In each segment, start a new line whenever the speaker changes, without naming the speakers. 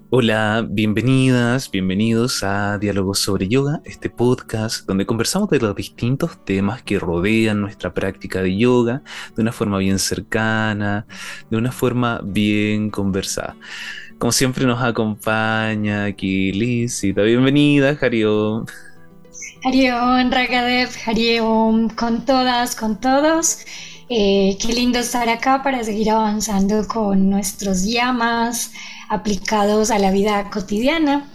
Hola, bienvenidas, bienvenidos a Diálogos sobre Yoga, este podcast donde conversamos de los distintos temas que rodean nuestra práctica de yoga de una forma bien cercana, de una forma bien conversada. Como siempre nos acompaña aquí Lizita, bienvenida, Jario.
Hariom, Ragadev, Hariom, con todas, con todos. Qué lindo estar acá para seguir avanzando con nuestros yamas aplicados a la vida cotidiana.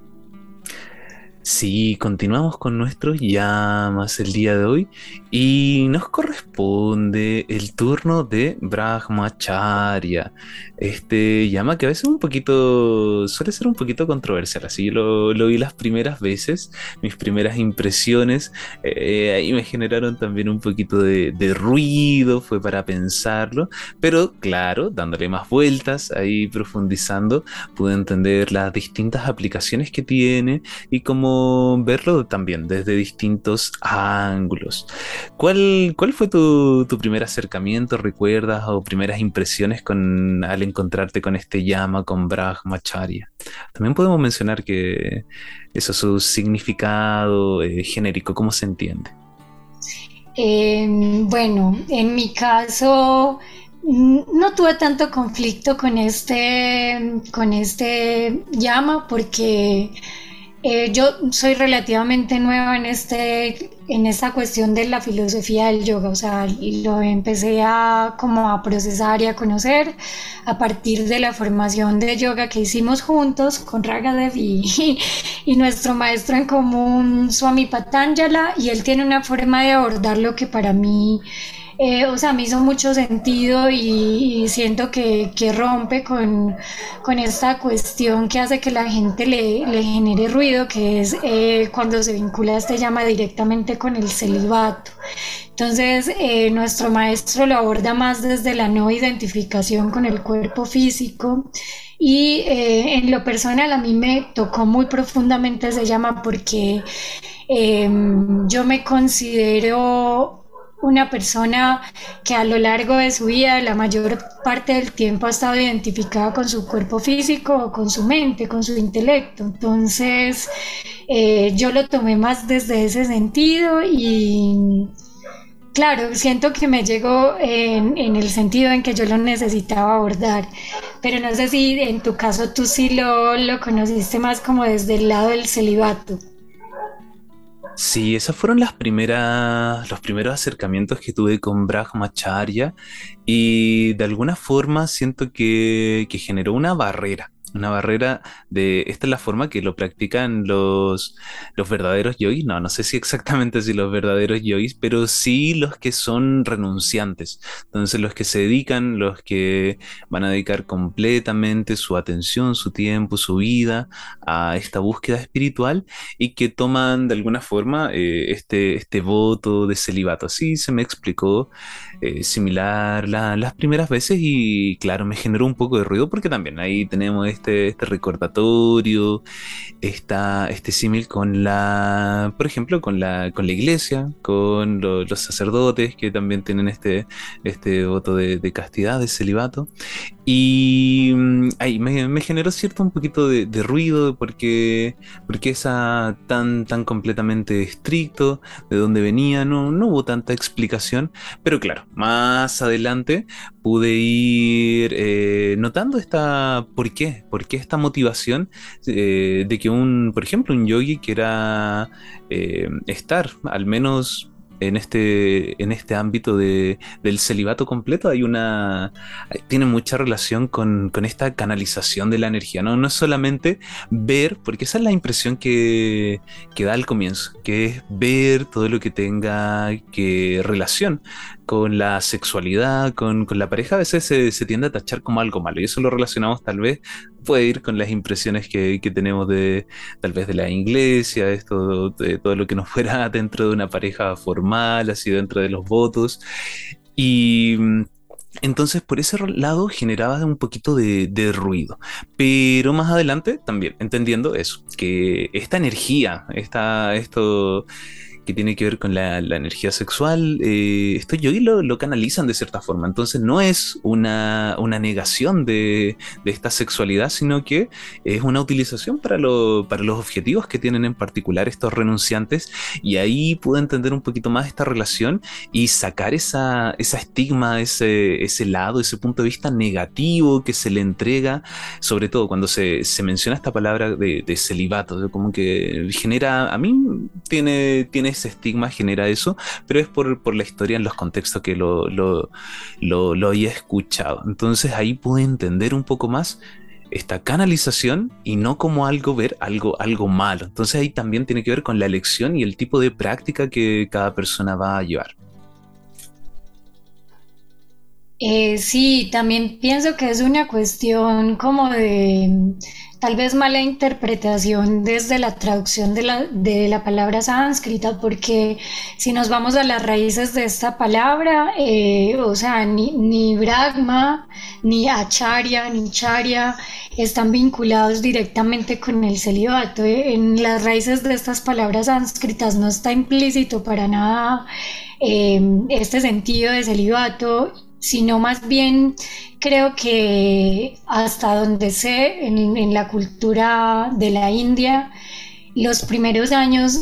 Sí, continuamos con nuestros llamas el día de hoy y nos corresponde el turno de Brahmacharya, este llama que a veces suele ser un poquito controversial, así yo lo vi las primeras veces, mis primeras impresiones, ahí me generaron también un poquito de ruido, fue para pensarlo, pero claro, dándole más vueltas, ahí profundizando, pude entender las distintas aplicaciones que tiene y cómo verlo también desde distintos ángulos. ¿Cuál fue tu primer acercamiento, recuerdas, o primeras impresiones al encontrarte con este llama, con Brahmacharya? También podemos mencionar que eso, su significado genérico, ¿cómo se entiende?
Bueno, en mi caso no tuve tanto conflicto con este llama porque yo soy relativamente nueva en esta cuestión de la filosofía del yoga, o sea, lo empecé a como a procesar y a conocer a partir de la formación de yoga que hicimos juntos con Ragadev y nuestro maestro en común, Swami Patanjala, y él tiene una forma de abordarlo que para mí o sea, me hizo mucho sentido y siento que rompe con esta cuestión que hace que la gente le genere ruido, que es cuando se vincula este llama directamente con el celibato. Entonces, nuestro maestro lo aborda más desde la no identificación con el cuerpo físico y en lo personal a mí me tocó muy profundamente ese llama porque yo me considero una persona que a lo largo de su vida, la mayor parte del tiempo ha estado identificada con su cuerpo físico o con su mente, con su intelecto. Entonces, yo lo tomé más desde ese sentido y claro, siento que me llegó en el sentido en que yo lo necesitaba abordar, pero no sé si en tu caso tú sí lo conociste más como desde el lado del celibato.
Sí, esas fueron los primeros acercamientos que tuve con Brahmacharya y de alguna forma siento que generó una barrera de, esta es la forma que lo practican los verdaderos yogis, no sé si exactamente si los verdaderos yogis, pero sí los que son renunciantes, entonces los que se dedican, los que van a dedicar completamente su atención, su tiempo, su vida a esta búsqueda espiritual y que toman de alguna forma este voto de celibato. Así se me explicó similar las primeras veces y claro, me generó un poco de ruido porque también ahí tenemos este recordatorio, este símil con por ejemplo, con la iglesia, con los sacerdotes que también tienen este voto de castidad, de celibato. Y ahí me generó cierto un poquito de ruido porque esa tan completamente estricto, de dónde venía, no hubo tanta explicación, pero claro, más adelante pude ir notando ¿por qué esta motivación de que por ejemplo, un yogi quiera estar al menos en este ámbito del celibato completo, tiene mucha relación con esta canalización de la energía, ¿no? No es solamente ver, porque esa es la impresión que da al comienzo, que es ver todo lo que tenga que relación con la sexualidad, con la pareja, a veces se tiende a tachar como algo malo, y eso lo relacionamos tal vez, puede ir con las impresiones que tenemos de tal vez de la iglesia, esto, de todo lo que nos fuera dentro de una pareja formal, así dentro de los votos. Y entonces por ese lado generaba un poquito de ruido. Pero más adelante también entendiendo eso, que esta energía, esto que tiene que ver con la energía sexual, estos yogis lo canalizan de cierta forma. Entonces no es una negación de esta sexualidad, sino que es una utilización para los objetivos que tienen en particular estos renunciantes. Y ahí pude entender un poquito más esta relación y sacar esa estigma, ese lado, ese punto de vista negativo que se le entrega, sobre todo cuando se menciona esta palabra de celibato, ¿no? Como que genera, a mí tiene ese estigma, genera eso, pero es por la historia en los contextos que lo había escuchado. Entonces ahí pude entender un poco más esta canalización y no como ver algo malo. Entonces ahí también tiene que ver con la elección y el tipo de práctica que cada persona va a llevar.
Sí, también pienso que es una cuestión como de tal vez mala interpretación desde la traducción de la palabra sánscrita, porque si nos vamos a las raíces de esta palabra, o sea, ni Brahma, ni Acharya, ni Charya están vinculados directamente con el celibato. En las raíces de estas palabras sánscritas no está implícito para nada este sentido de celibato, sino más bien creo que hasta donde sé, en la cultura de la India, los primeros años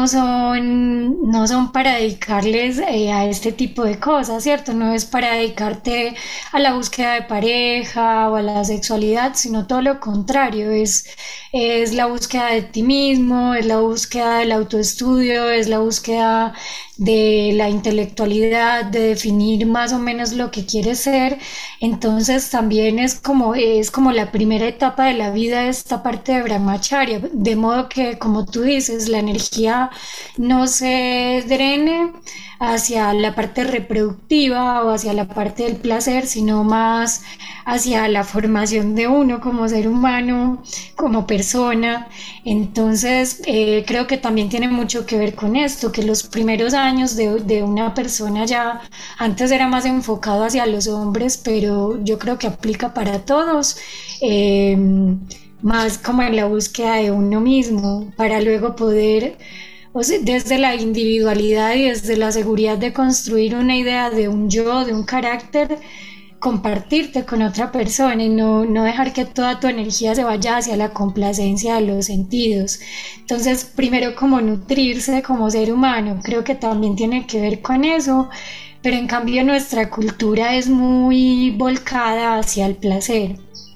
no son para dedicarles a este tipo de cosas, ¿cierto? No es para dedicarte a la búsqueda de pareja o a la sexualidad, sino todo lo contrario, es la búsqueda de ti mismo, es la búsqueda del autoestudio, es la búsqueda de la intelectualidad, de definir más o menos lo que quieres ser. Entonces también es como la primera etapa de la vida, esta parte de Brahmacharya, de modo que, como tú dices, la energía no se drene hacia la parte reproductiva o hacia la parte del placer, sino más hacia la formación de uno como ser humano, como persona. Entonces, creo que también tiene mucho que ver con esto, que los primeros años de una persona ya, antes era más enfocado hacia los hombres, pero yo creo que aplica para todos. eh, Más como en la búsqueda de uno mismo, para luego poder, o sea, desde la individualidad y desde la seguridad de construir una idea de un yo, de un carácter, compartirte con otra persona y no dejar que toda tu energía se vaya hacia la complacencia de los sentidos. Entonces, primero como nutrirse como ser humano, creo que también tiene que ver con eso, pero en cambio nuestra cultura es muy volcada hacia el placer,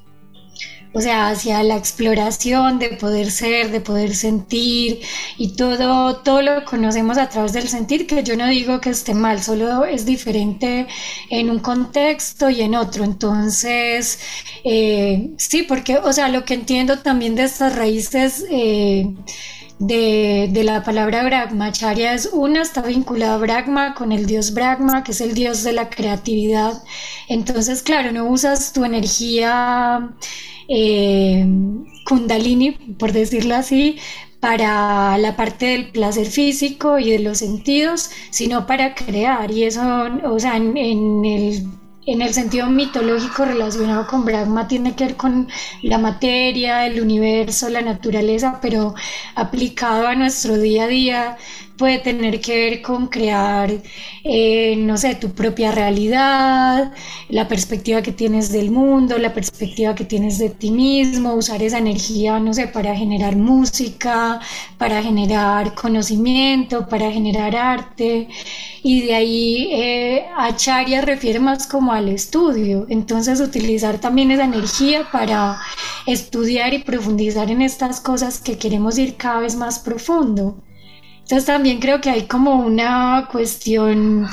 o sea, hacia la exploración de poder ser, de poder sentir, y todo lo conocemos a través del sentir, que yo no digo que esté mal, solo es diferente en un contexto y en otro. Entonces, sí, porque, o sea, lo que entiendo también de estas raíces, de la palabra Brahmacharya es una, está vinculada a Brahma con el dios Brahma, que es el dios de la creatividad. Entonces, claro, no usas tu energía eh, Kundalini, por decirlo así, para la parte del placer físico y de los sentidos, sino para crear. Y eso, o sea, en el sentido mitológico relacionado con Brahma tiene que ver con la materia, el universo, la naturaleza, pero aplicado a nuestro día a día puede tener que ver con crear, no sé, tu propia realidad, la perspectiva que tienes del mundo, la perspectiva que tienes de ti mismo, usar esa energía, no sé, para generar música, para generar conocimiento, para generar arte. Y de ahí Acharya refiere más como al estudio, entonces utilizar también esa energía para estudiar y profundizar en estas cosas que queremos ir cada vez más profundo. Entonces también creo que hay como una cuestión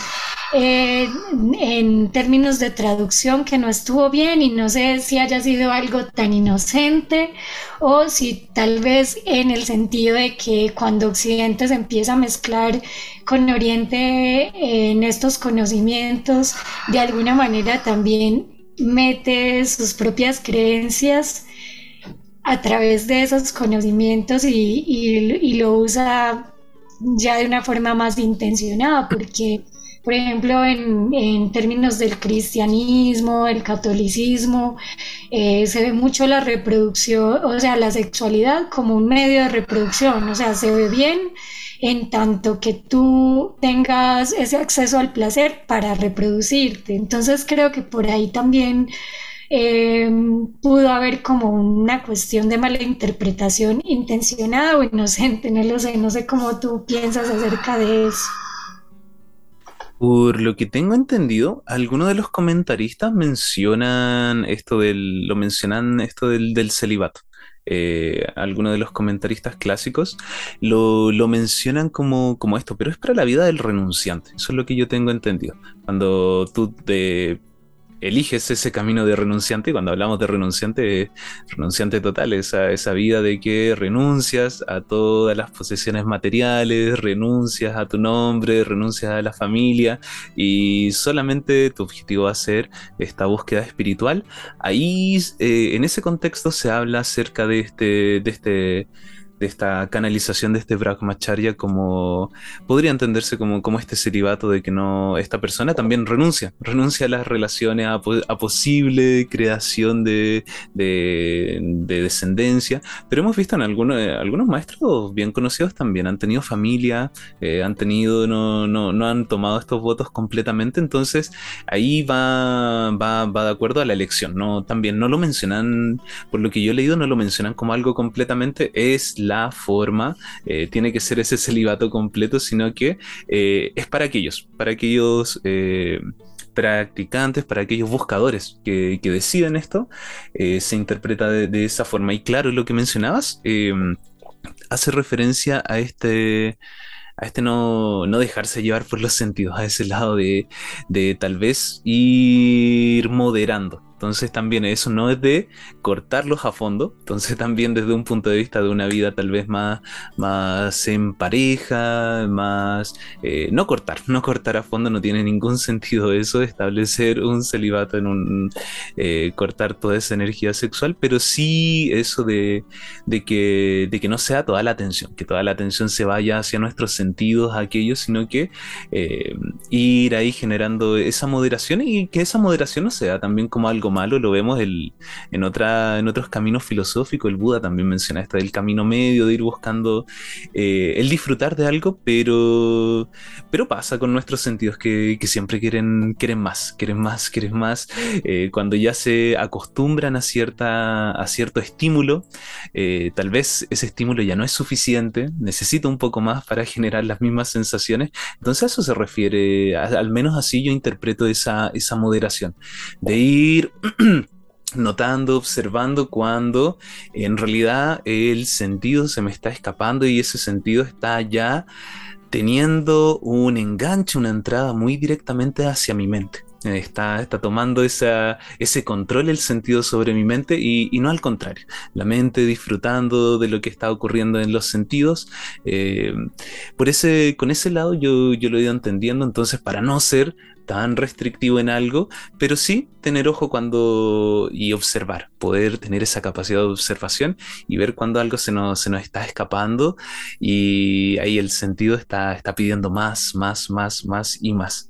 en términos de traducción que no estuvo bien, y no sé si haya sido algo tan inocente o si tal vez en el sentido de que cuando Occidente se empieza a mezclar con Oriente en estos conocimientos, de alguna manera también mete sus propias creencias a través de esos conocimientos y lo usa ya de una forma más intencionada, porque, por ejemplo, en términos del cristianismo, el catolicismo, se ve mucho la reproducción, o sea, la sexualidad como un medio de reproducción, o sea, se ve bien en tanto que tú tengas ese acceso al placer para reproducirte. Entonces creo que por ahí también eh, pudo haber como una cuestión de mala interpretación intencionada o inocente, no lo sé, no sé cómo tú piensas acerca de eso.
Por lo que tengo entendido, algunos de los comentaristas mencionan esto del celibato. Algunos de los comentaristas clásicos lo mencionan como esto, pero es para la vida del renunciante. Eso es lo que yo tengo entendido. Cuando tú te eliges ese camino de renunciante, y cuando hablamos de renunciante, renunciante total, esa vida de que renuncias a todas las posesiones materiales, renuncias a tu nombre, renuncias a la familia y solamente tu objetivo va a ser esta búsqueda espiritual. Ahí, en ese contexto se habla acerca de esta canalización de este Brahmacharya como podría entenderse como este celibato de que no, esta persona también renuncia a las relaciones, a posible creación de descendencia, pero hemos visto en algunos maestros bien conocidos también han tenido familia, no han tomado estos votos completamente, entonces ahí va de acuerdo a la elección, no, también no lo mencionan, por lo que yo he leído, no lo mencionan como algo completamente, es la forma, tiene que ser ese celibato completo, sino que es para aquellos practicantes, para aquellos buscadores que deciden esto, se interpreta de esa forma. Y claro, lo que mencionabas hace referencia a este no dejarse llevar por los sentidos, a ese lado de tal vez ir moderando. Entonces también eso no es de cortarlos a fondo, entonces también desde un punto de vista de una vida tal vez más en pareja, más no cortar a fondo, no tiene ningún sentido eso, establecer un celibato en cortar toda esa energía sexual, pero sí eso de que no sea toda la atención, que toda la atención se vaya hacia nuestros sentidos, aquellos, sino que ir ahí generando esa moderación y que esa moderación no sea también como algo malo, lo vemos en otros caminos filosóficos, el Buda también menciona esto del camino medio, de ir buscando el disfrutar de algo, pero pasa con nuestros sentidos que siempre quieren más, quieren más, cuando ya se acostumbran a cierto estímulo, tal vez ese estímulo ya no es suficiente, necesita un poco más para generar las mismas sensaciones. Entonces a eso se refiere, al menos así yo interpreto esa moderación, de ir notando, observando cuando en realidad el sentido se me está escapando y ese sentido está ya teniendo un enganche, una entrada muy directamente hacia mi mente. Está tomando ese control, el sentido sobre mi mente y no al contrario. La mente disfrutando de lo que está ocurriendo en los sentidos. Eh, con ese lado yo lo he ido entendiendo, entonces para no ser tan restrictivo en algo, pero sí tener ojo y observar, poder tener esa capacidad de observación y ver cuando algo se nos está escapando y ahí el sentido está pidiendo más y más.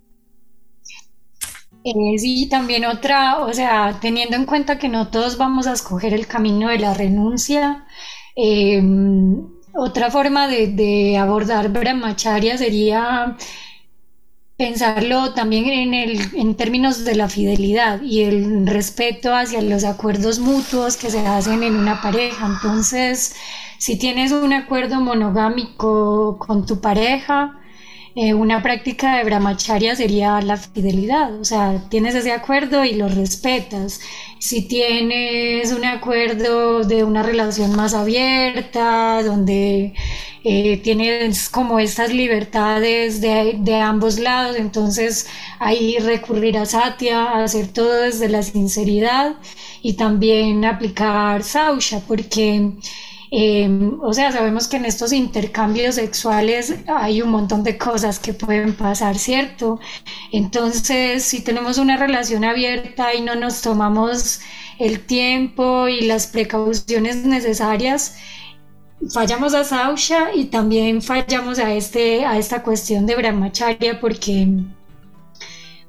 Sí, también otra, o sea, teniendo en cuenta que no todos vamos a escoger el camino de la renuncia, eh, otra forma de abordar Brahmacharya sería pensarlo también en términos de la fidelidad y el respeto hacia los acuerdos mutuos que se hacen en una pareja. Entonces, si tienes un acuerdo monogámico con tu pareja, una práctica de brahmacharya sería la fidelidad, o sea, tienes ese acuerdo y lo respetas. Si tienes un acuerdo de una relación más abierta, donde tienes como estas libertades de ambos lados, entonces ahí recurrir a satya, a hacer todo desde la sinceridad y también aplicar sausha, porque o sea, sabemos que en estos intercambios sexuales hay un montón de cosas que pueden pasar, ¿cierto? Entonces, si tenemos una relación abierta y no nos tomamos el tiempo y las precauciones necesarias, fallamos a Sausha y también fallamos a esta cuestión de Brahmacharya porque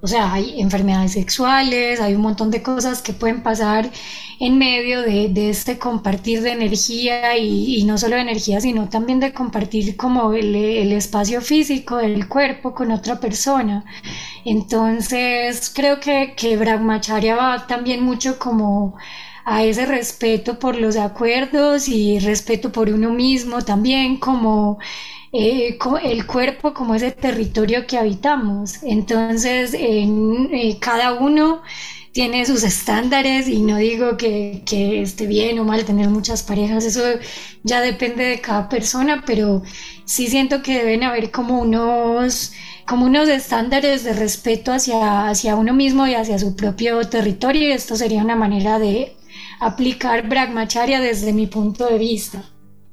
o sea, hay enfermedades sexuales, hay un montón de cosas que pueden pasar en medio de este compartir de energía y no solo de energía, sino también de compartir como el espacio físico del cuerpo con otra persona. Entonces, creo que Brahmacharya va también mucho como a ese respeto por los acuerdos y respeto por uno mismo también, como el cuerpo como ese territorio que habitamos. Entonces, cada uno tiene sus estándares y no digo que esté bien o mal tener muchas parejas, eso ya depende de cada persona, pero sí siento que deben haber como unos estándares de respeto hacia uno mismo y hacia su propio territorio, y esto sería una manera de aplicar Brahmacharya desde mi punto de vista.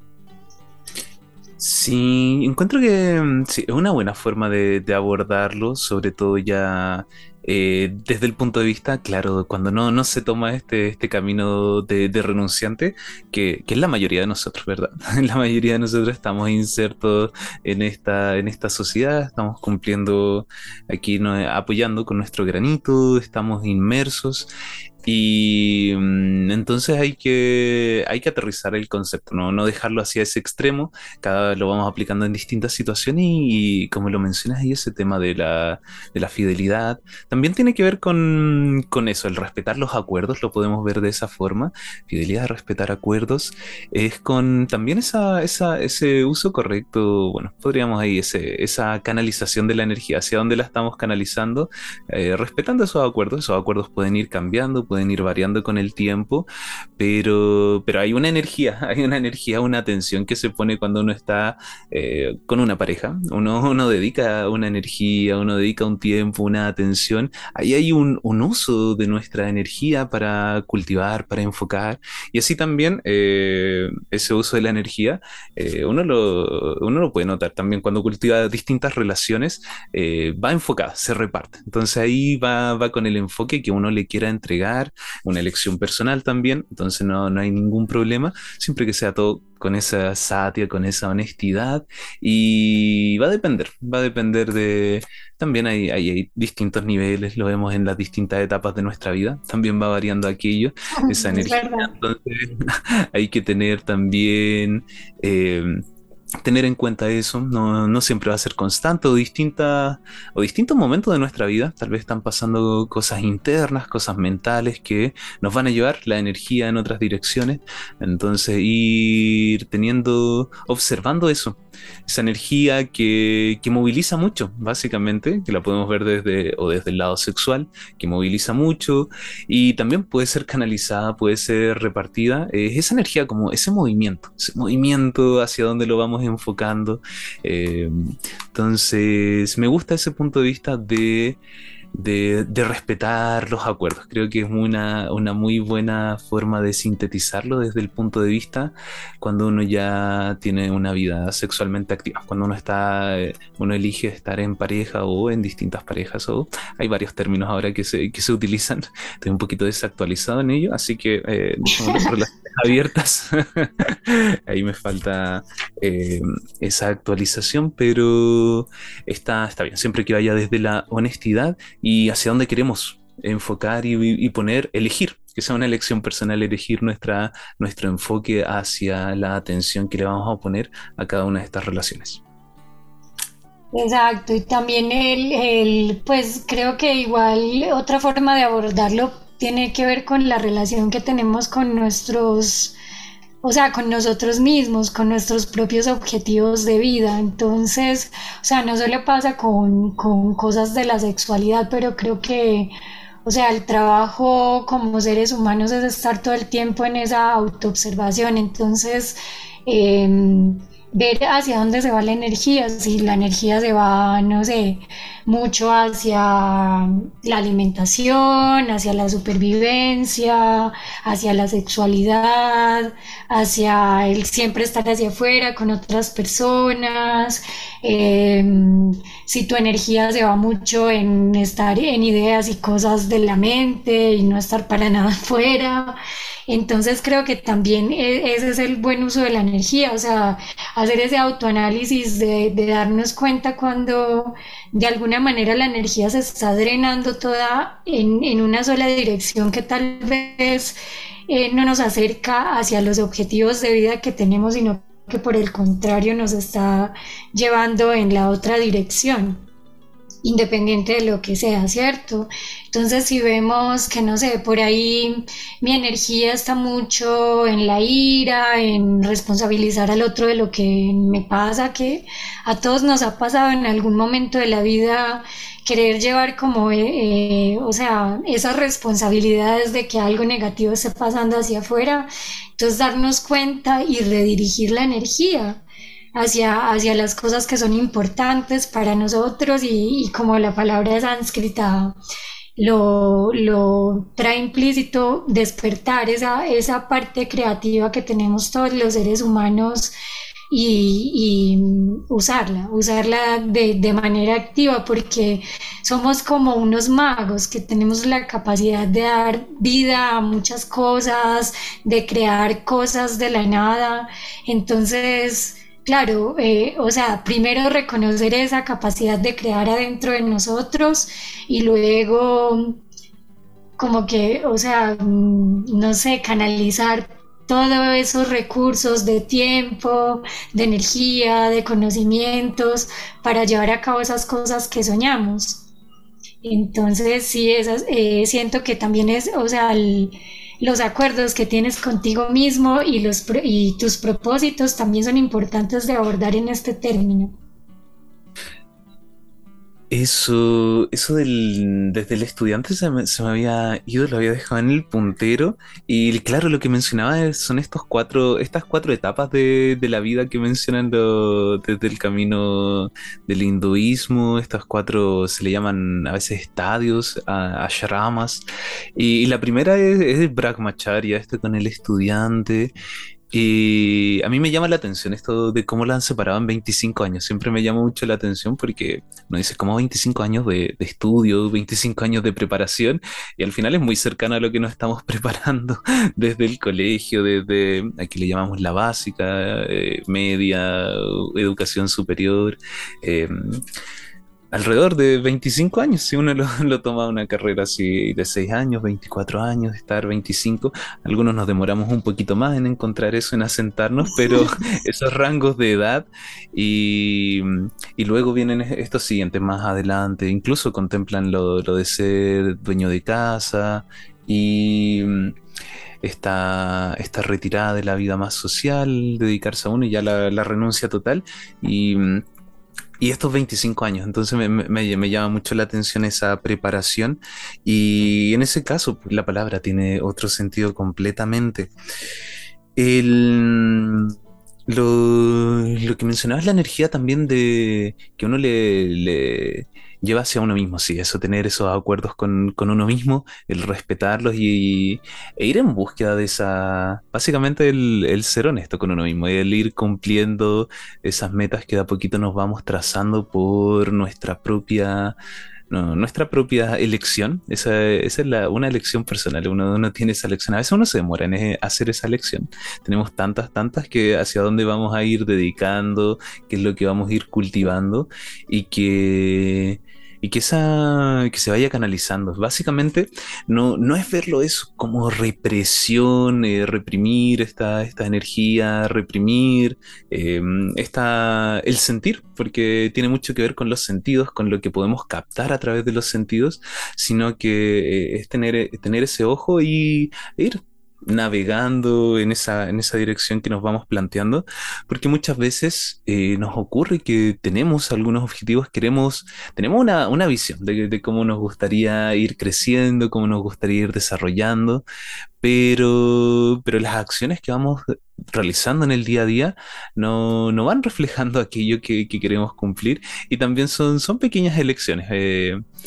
Sí, encuentro que sí, es una buena forma de abordarlo, sobre todo ya desde el punto de vista, claro, cuando no se toma este camino de renunciante, que es la mayoría de nosotros, ¿verdad? La mayoría de nosotros estamos insertos en esta sociedad, estamos cumpliendo aquí, ¿no? Apoyando con nuestro granito, estamos inmersos. Y entonces hay que aterrizar el concepto, no dejarlo hacia ese extremo, cada vez lo vamos aplicando en distintas situaciones y como lo mencionas ahí, ese tema de la fidelidad, también tiene que ver con eso, el respetar los acuerdos, lo podemos ver de esa forma, fidelidad, respetar acuerdos, es con también ese uso correcto, bueno, podríamos ahí, esa canalización de la energía, hacia dónde la estamos canalizando, respetando esos acuerdos pueden ir cambiando, pueden ir variando con el tiempo, pero hay una energía, una tensión que se pone cuando uno está con una pareja. Uno dedica una energía, uno dedica un tiempo, una atención. Ahí hay un uso de nuestra energía para cultivar, para enfocar. Y así también ese uso de la energía, uno lo puede notar también cuando cultiva distintas relaciones, va enfocada, se reparte. Entonces ahí va con el enfoque que uno le quiera entregar, una elección personal también, entonces no hay ningún problema, siempre que sea todo con esa satia, con esa honestidad, y va a depender de, también hay distintos niveles, lo vemos en las distintas etapas de nuestra vida, también va variando aquello, esa
Es
energía,
verdad.
entonces hay que tener también... tener en cuenta eso, no siempre va a ser constante o distintos momentos de nuestra vida, tal vez están pasando cosas internas, cosas mentales que nos van a llevar la energía en otras direcciones, entonces ir observando eso, esa energía que moviliza mucho, básicamente, que la podemos ver desde el lado sexual, que moviliza mucho y también puede ser canalizada, puede ser repartida, es esa energía como ese movimiento hacia donde lo vamos enfocando. eh, entonces, me gusta ese punto de vista de respetar los acuerdos. Creo que es una muy buena forma de sintetizarlo desde el punto de vista cuando uno ya tiene una vida sexualmente activa, cuando uno elige estar en pareja o en distintas parejas, o hay varios términos ahora que se utilizan, estoy un poquito desactualizado en ello, así que dejémoslo en relaciones abiertas. Ahí me falta esa actualización, pero está bien, siempre que vaya desde la honestidad y hacia dónde queremos enfocar y poner, elegir, que sea una elección personal, elegir nuestro enfoque hacia la atención que le vamos a poner a cada una de estas relaciones.
Exacto, y también pues creo que igual otra forma de abordarlo tiene que ver con la relación que tenemos con o sea, con nosotros mismos, con nuestros propios objetivos de vida. Entonces, o sea, no solo pasa con cosas de la sexualidad, pero creo que, o sea, el trabajo como seres humanos es estar todo el tiempo en esa autoobservación. Entonces, ver hacia dónde se va la energía, si la energía se va, no sé, mucho hacia la alimentación, hacia la supervivencia, hacia la sexualidad, hacia el siempre estar hacia afuera con otras personas, eh, si tu energía se va mucho en estar en ideas y cosas de la mente y no estar para nada afuera. Entonces creo que también ese es el buen uso de la energía, o sea, hacer ese autoanálisis de darnos cuenta cuando de alguna manera la energía se está drenando toda en una sola dirección que tal vez no nos acerca hacia los objetivos de vida que tenemos, sino que por el contrario nos está llevando en la otra dirección, independiente de lo que sea, ¿cierto? Entonces, si vemos que, no sé, por ahí mi energía está mucho en la ira, en responsabilizar al otro de lo que me pasa, que a todos nos ha pasado en algún momento de la vida querer llevar como, o sea, esas responsabilidades de que algo negativo esté pasando hacia afuera, entonces darnos cuenta y redirigir la energía hacia las cosas que son importantes para nosotros y como la palabra sánscrita lo trae implícito, despertar esa parte creativa que tenemos todos los seres humanos y usarla de manera activa porque somos como unos magos que tenemos la capacidad de dar vida a muchas cosas, de crear cosas de la nada. Entonces, claro, o sea, primero reconocer esa capacidad de crear adentro de nosotros y luego como que, o sea, no sé, canalizar todos esos recursos de tiempo, de energía, de conocimientos para llevar a cabo esas cosas que soñamos. Entonces, sí, siento que también es, o sea, los acuerdos que tienes contigo mismo y tus propósitos también son importantes de abordar en este término.
Eso desde el estudiante se me había ido, lo había dejado en el puntero. Y claro, lo que mencionaba son estas cuatro etapas de la vida que mencionan desde el camino del hinduismo. Estas cuatro se le llaman a veces estadios, ashramas. Y la primera es el Brahmacharya, este con el estudiante. Y a mí me llama la atención esto de cómo la han separado en 25 años. Siempre me llama mucho la atención porque uno dice como 25 años de estudio, 25 años de preparación, y al final es muy cercano a lo que nos estamos preparando desde el colegio, desde aquí le llamamos la básica, media, educación superior. eh, Alrededor de 25 años, si uno lo toma una carrera así de 6 años, 24 años, estar 25, algunos nos demoramos un poquito más en encontrar eso, en asentarnos, pero esos rangos de edad y, y luego vienen estos siguientes más adelante, incluso contemplan lo de ser dueño de casa y esta retirada de la vida más social, dedicarse a uno y ya la renuncia total. Y y estos 25 años, entonces me llama mucho la atención esa preparación y en ese caso pues, la palabra tiene otro sentido completamente. El, lo que mencionabas, la energía también de que uno le lleva hacia uno mismo, sí, eso, tener esos acuerdos con uno mismo, el respetarlos e ir en búsqueda de esa, básicamente el ser honesto con uno mismo, el ir cumpliendo esas metas que de a poquito nos vamos trazando por nuestra propia no, nuestra propia elección. Esa es una elección personal. Uno tiene esa elección. A veces uno se demora en hacer esa elección. Tenemos tantas que hacia dónde vamos a ir dedicando, qué es lo que vamos a ir cultivando y que se vaya canalizando. Básicamente, no es verlo eso como represión, reprimir esta energía, reprimir eh, el sentir, porque tiene mucho que ver con los sentidos, con lo que podemos captar a través de los sentidos, sino que es tener ese ojo y ir navegando en esa dirección que nos vamos planteando, porque muchas veces nos ocurre que tenemos algunos objetivos, tenemos una visión de cómo nos gustaría ir creciendo, cómo nos gustaría ir desarrollando, pero las acciones que vamos realizando en el día a día no van reflejando aquello que queremos cumplir y también son pequeñas elecciones.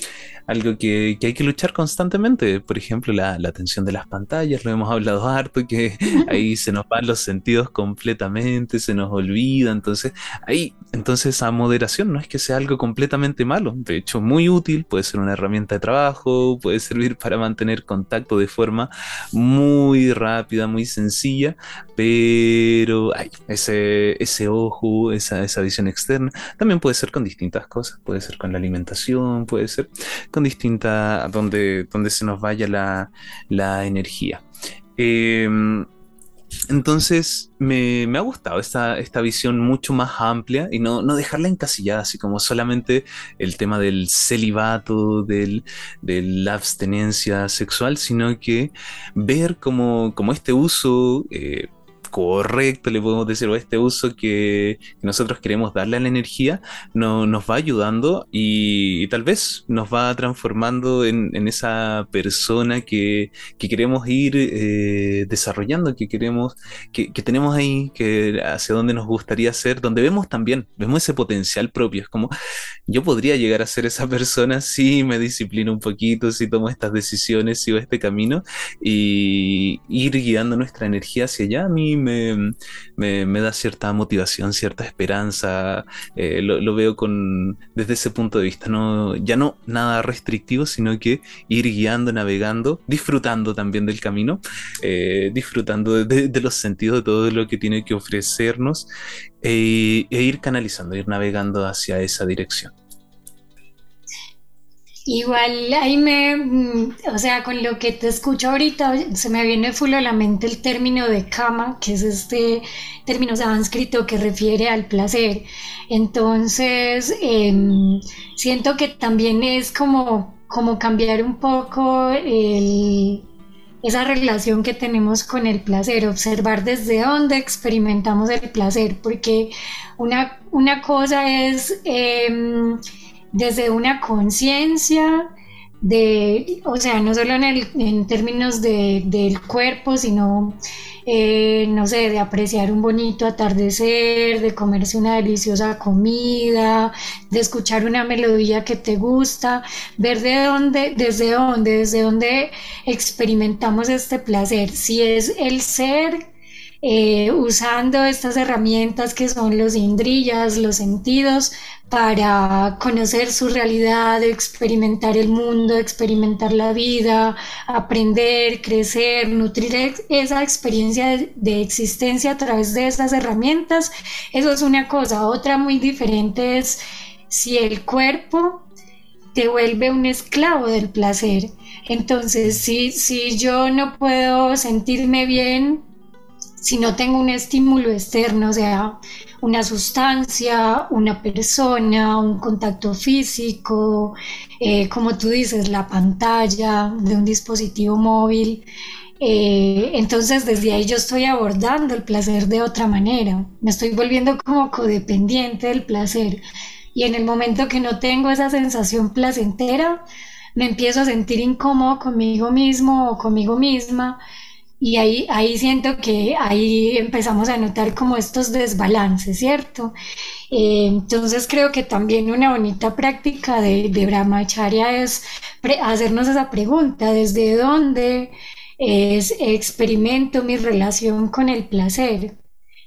algo que hay que luchar constantemente. Por ejemplo, la atención de las pantallas, lo hemos hablado harto, que ahí se nos van los sentidos completamente, se nos olvida. Entonces a moderación no es que sea algo completamente malo, de hecho muy útil, puede ser una herramienta de trabajo, puede servir para mantener contacto de forma muy rápida, muy sencilla, pero ese ojo, esa visión externa, también puede ser con distintas cosas, puede ser con la alimentación, puede ser con distintas, donde se nos vaya la energía. Em, entonces me ha gustado esta visión mucho más amplia y no dejarla encasillada, así como solamente el tema del celibato, de la abstenencia sexual, sino que ver como este uso correcto, le podemos decir, o este uso que nosotros queremos darle a la energía, nos va ayudando y tal vez nos va transformando en esa persona que queremos ir desarrollando, que tenemos ahí, que hacia donde nos gustaría ser, donde vemos ese potencial propio. Es como, yo podría llegar a ser esa persona si me disciplino un poquito, si tomo estas decisiones, sigo este camino y ir guiando nuestra energía hacia allá. A mí me da cierta motivación, cierta esperanza. Lo veo desde ese punto de vista, no, ya no nada restrictivo, sino que ir guiando, navegando, disfrutando también del camino, disfrutando de los sentidos, de todo lo que tiene que ofrecernos, e ir canalizando, ir navegando hacia esa dirección.
Igual ahí o sea, con lo que te escucho ahorita, se me viene full a la mente el término de kama, que es este término sánscrito que refiere al placer. Entonces, siento que también es como cambiar un poco esa relación que tenemos con el placer, observar desde dónde experimentamos el placer, porque una cosa es desde una conciencia o sea, no solo en términos del cuerpo, sino, no sé, de apreciar un bonito atardecer, de comerse una deliciosa comida, de escuchar una melodía que te gusta, ver desde dónde experimentamos este placer. Si es el ser usando estas herramientas que son los indriyas, los sentidos, para conocer su realidad, experimentar el mundo, experimentar la vida, aprender, crecer, nutrir esa experiencia de existencia a través de estas herramientas. Eso es una cosa. Otra muy diferente es si el cuerpo te vuelve un esclavo del placer. Entonces, si yo no puedo sentirme bien, si no tengo un estímulo externo, o sea, una sustancia, una persona, un contacto físico, como tú dices, la pantalla de un dispositivo móvil, entonces desde ahí yo estoy abordando el placer de otra manera, me estoy volviendo como codependiente del placer y en el momento que no tengo esa sensación placentera, me empiezo a sentir incómodo conmigo mismo o conmigo misma. Y ahí siento que ahí empezamos a notar como estos desbalances, ¿cierto? Entonces creo que también una bonita práctica de Brahmacharya es hacernos esa pregunta, ¿desde dónde experimento mi relación con el placer?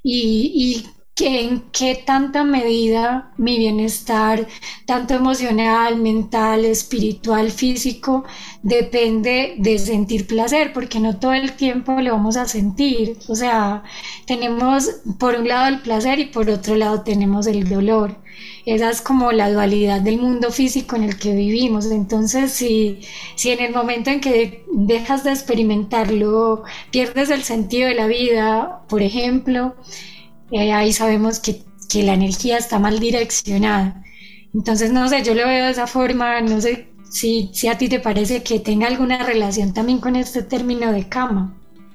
Y en qué tanta medida mi bienestar, tanto emocional, mental, espiritual, físico, depende de sentir placer, porque no todo el tiempo lo vamos a sentir. O sea, tenemos por un lado el placer y por otro lado tenemos el dolor. Esa es como la dualidad del mundo físico en el que vivimos. Entonces, si en el momento en que dejas de experimentarlo, pierdes el sentido de la vida, por ejemplo, ahí sabemos que la energía está mal direccionada. Entonces, no sé, yo lo veo de esa forma, no sé si a ti te parece que tenga alguna relación también con este término de kama.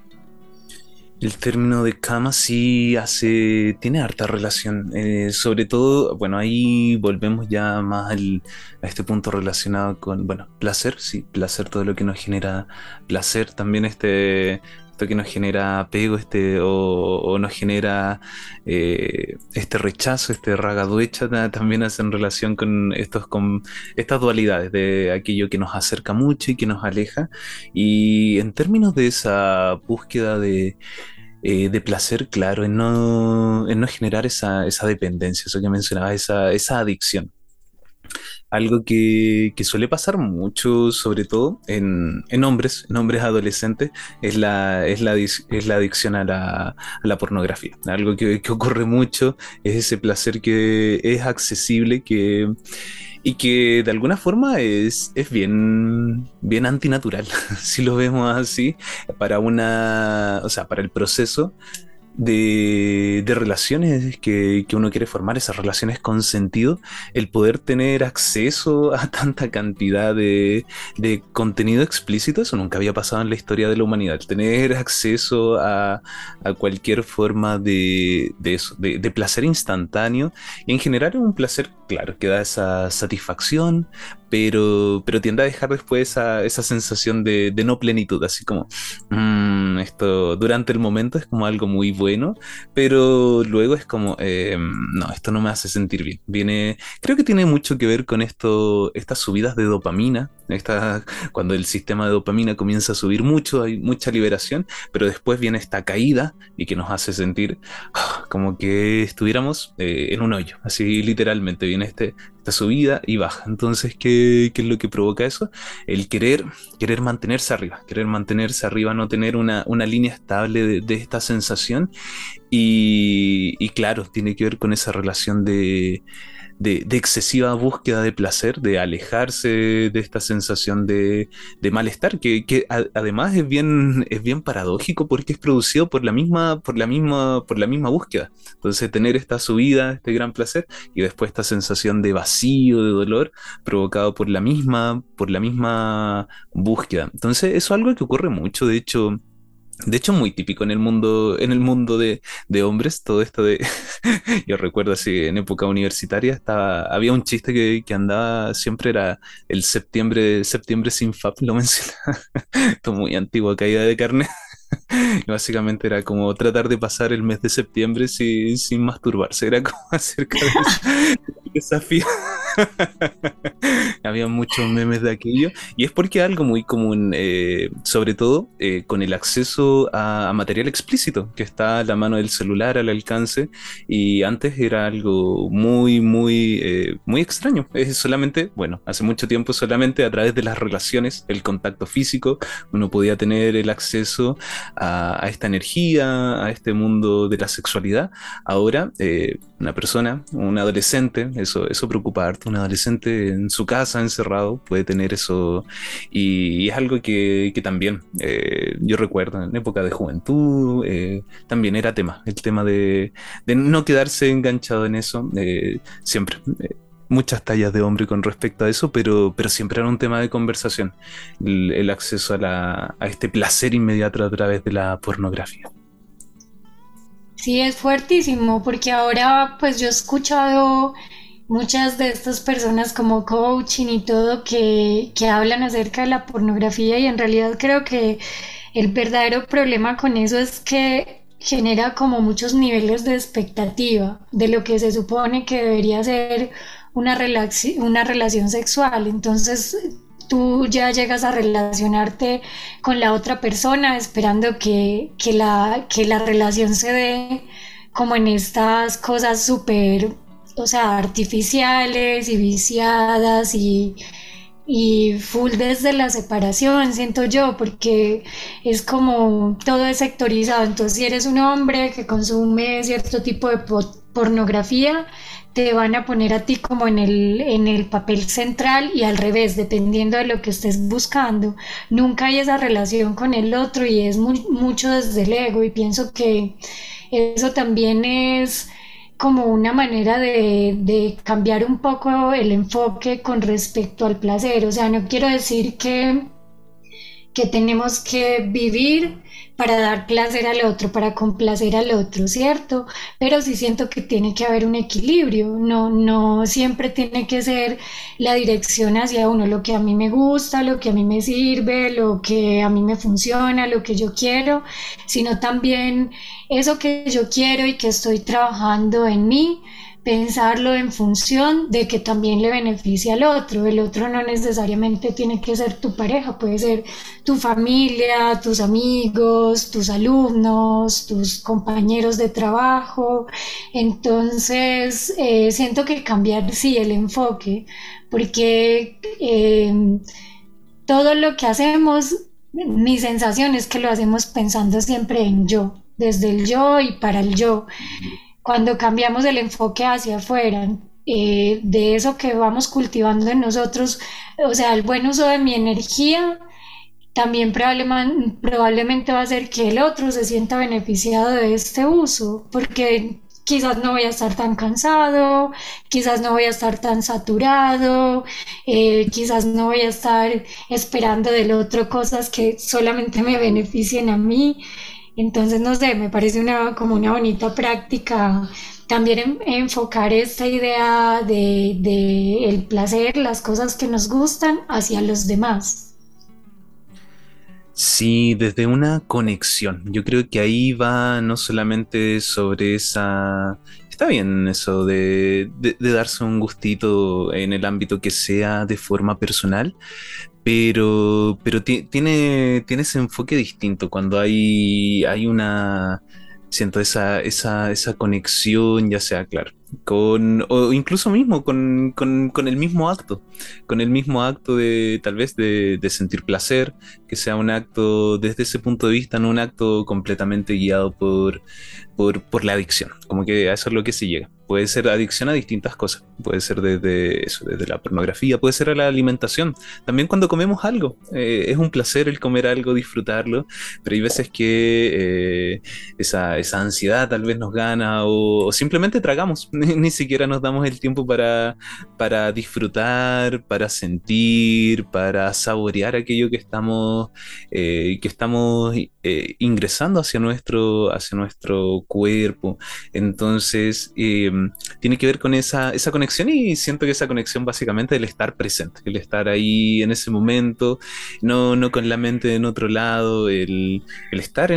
El término de kama tiene harta relación, sobre todo, bueno, ahí volvemos ya más a este punto relacionado con, bueno, placer, sí, placer, todo lo que nos genera placer, también este esto que nos genera apego, o nos genera este rechazo, este ragaduecha, también hace en relación con estas dualidades de aquello que nos acerca mucho y que nos aleja. Y en términos de esa búsqueda de placer, claro, en no generar esa dependencia, eso que mencionaba, esa adicción. Algo que suele pasar mucho, sobre todo en hombres adolescentes, es la adicción a la pornografía. Algo que ocurre mucho es ese placer que es accesible, y que de alguna forma es bien antinatural, si lo vemos así, o sea, para el proceso de relaciones que uno quiere formar, esas relaciones con sentido, el poder tener acceso a tanta cantidad de contenido explícito, eso nunca había pasado en la historia de la humanidad, tener acceso a cualquier forma de eso, de placer instantáneo, y en general es un placer, claro, que da esa satisfacción, pero tiende a dejar después esa sensación de no plenitud, así como, esto durante el momento es como algo muy bueno, pero luego es como, no, esto no me hace sentir bien. Creo que tiene mucho que ver con estas subidas de dopamina, cuando el sistema de dopamina comienza a subir mucho, hay mucha liberación, pero después viene esta caída y que nos hace sentir como que estuviéramos en un hoyo, así literalmente viene esta subida y baja. Entonces, ¿qué es lo que provoca eso? El querer querer mantenerse arriba, no tener una línea estable de esta sensación. Y claro, tiene que ver con esa relación de excesiva búsqueda de placer, de alejarse de esta sensación de malestar, además es bien paradójico porque es producido por la misma búsqueda. Entonces, tener esta subida, este gran placer, y después esta sensación de vacío, de dolor, provocado por la misma búsqueda. Entonces, eso es algo que ocurre mucho, de hecho, muy típico en el mundo de hombres, todo esto de, yo recuerdo así, en época universitaria, había un chiste que andaba, siempre era el septiembre sin FAP, lo mencionaba, esto es muy antiguo, caída de carne, y básicamente era como tratar de pasar el mes de septiembre sin masturbarse, era como acerca de eso, el desafío. Había muchos memes de aquello, y es porque es algo muy común, sobre todo con el acceso a material explícito que está a la mano del celular, al alcance, y antes era algo muy extraño. Es solamente, bueno, hace mucho tiempo solamente a través de las relaciones, el contacto físico, uno podía tener el acceso a esta energía, a este mundo de la sexualidad. Ahora, una persona, un adolescente, eso preocupa harto, un adolescente en su casa, encerrado, puede tener eso, y es algo que también yo recuerdo en época de juventud, también era el tema de no quedarse enganchado en eso, siempre. Muchas tallas de hombre con respecto a eso, pero siempre era un tema de conversación, el acceso a este placer inmediato a través de la pornografía.
Sí, es fuertísimo porque ahora pues yo he escuchado muchas de estas personas como coaching y todo que hablan acerca de la pornografía y en realidad creo que el verdadero problema con eso es que genera como muchos niveles de expectativa de lo que se supone que debería ser una relación sexual. Entonces tú ya llegas a relacionarte con la otra persona esperando que la relación se dé como en estas cosas súper, o sea, artificiales y viciadas y full desde la separación, siento yo, porque es como todo es sectorizado. Entonces, si eres un hombre que consume cierto tipo de pornografía, te van a poner a ti como en el papel central y al revés, dependiendo de lo que estés buscando. Nunca hay esa relación con el otro y es mucho desde el ego y pienso que eso también es como una manera de cambiar un poco el enfoque con respecto al placer. O sea, no quiero decir que tenemos que vivir para dar placer al otro, para complacer al otro, ¿cierto? Pero sí siento que tiene que haber un equilibrio, no siempre tiene que ser la dirección hacia uno, lo que a mí me gusta, lo que a mí me sirve, lo que a mí me funciona, lo que yo quiero, sino también eso que yo quiero y que estoy trabajando en mí, pensarlo en función de que también le beneficie al otro. El otro no necesariamente tiene que ser tu pareja, puede ser tu familia, tus amigos, tus alumnos, tus compañeros de trabajo. Entonces, siento que cambiar, sí, el enfoque, porque todo lo que hacemos, mi sensación es que lo hacemos pensando siempre en yo, desde el yo y para el yo. Cuando cambiamos el enfoque hacia afuera, de eso que vamos cultivando en nosotros, o sea, el buen uso de mi energía, también probablemente va a hacer que el otro se sienta beneficiado de este uso, porque quizás no voy a estar tan cansado, quizás no voy a estar tan saturado, quizás no voy a estar esperando del otro cosas que solamente me beneficien a mí. Entonces, no sé, me parece como una bonita práctica también enfocar esta idea de el placer, las cosas que nos gustan hacia los demás.
Sí, desde una conexión. Yo creo que ahí va no solamente sobre esa... Está bien eso de darse un gustito en el ámbito que sea de forma personal, pero tiene ese enfoque distinto cuando hay una, siento esa conexión, ya sea, claro, o incluso mismo con con el mismo acto de tal vez de sentir placer, que sea un acto desde ese punto de vista, no un acto completamente guiado por la adicción, como que a eso es lo que se llega. Puede ser adicción a distintas cosas, puede ser desde eso, desde la pornografía, puede ser a la alimentación. También cuando comemos algo, es un placer el comer algo, disfrutarlo, pero hay veces que esa ansiedad tal vez nos gana o simplemente tragamos, ni siquiera nos damos el tiempo para disfrutar, para sentir, para saborear aquello que estamos ingresando hacia nuestro cuerpo. Entonces, tiene que ver con esa conexión y siento que esa conexión básicamente es el estar presente, el estar ahí en ese momento, no con la mente en otro lado, el estar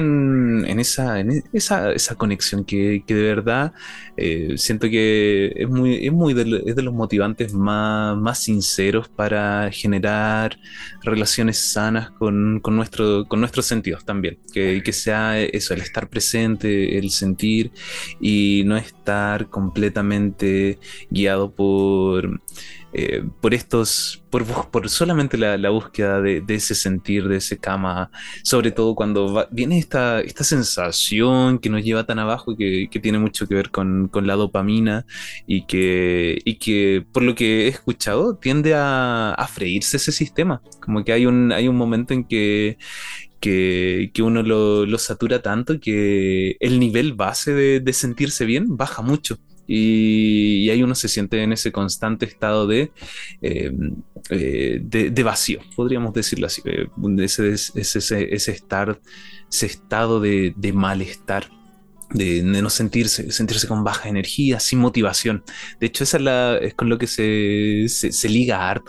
esa conexión que de verdad siento que es de los motivantes más sinceros para generar relaciones sanas con nuestros sentidos también, que sea eso, el estar presente, el sentir y no estar completamente guiado por solamente la búsqueda de ese sentir, de ese kama, sobre todo cuando viene esta sensación que nos lleva tan abajo que tiene mucho que ver con la dopamina y que por lo que he escuchado tiende a freírse ese sistema, como que hay un momento en que uno lo satura tanto que el nivel base de sentirse bien baja mucho. Y ahí uno se siente en ese constante estado eh, de vacío, podríamos decirlo así, ese estado de malestar, de no sentirse con baja energía, sin motivación. De hecho, es con lo que se liga harto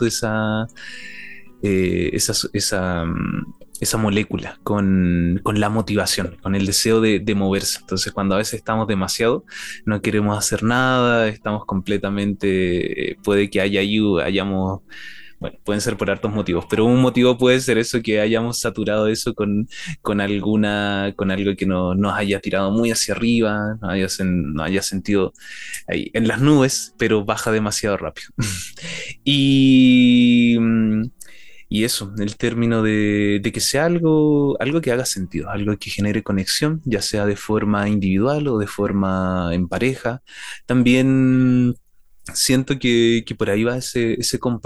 eh, esa, esa, mm, esa molécula con la motivación, con el deseo de moverse. Entonces, cuando a veces estamos demasiado, no queremos hacer nada, estamos completamente, puede que hayamos, bueno, pueden ser por hartos motivos, pero un motivo puede ser eso, que hayamos saturado eso con algo que nos haya tirado muy hacia arriba, nos haya sentido ahí en las nubes, pero baja demasiado rápido. Y, mm, y eso, el término de que sea algo que haga sentido, algo que genere conexión, ya sea de forma individual o de forma en pareja. También siento que por ahí va ese compartir.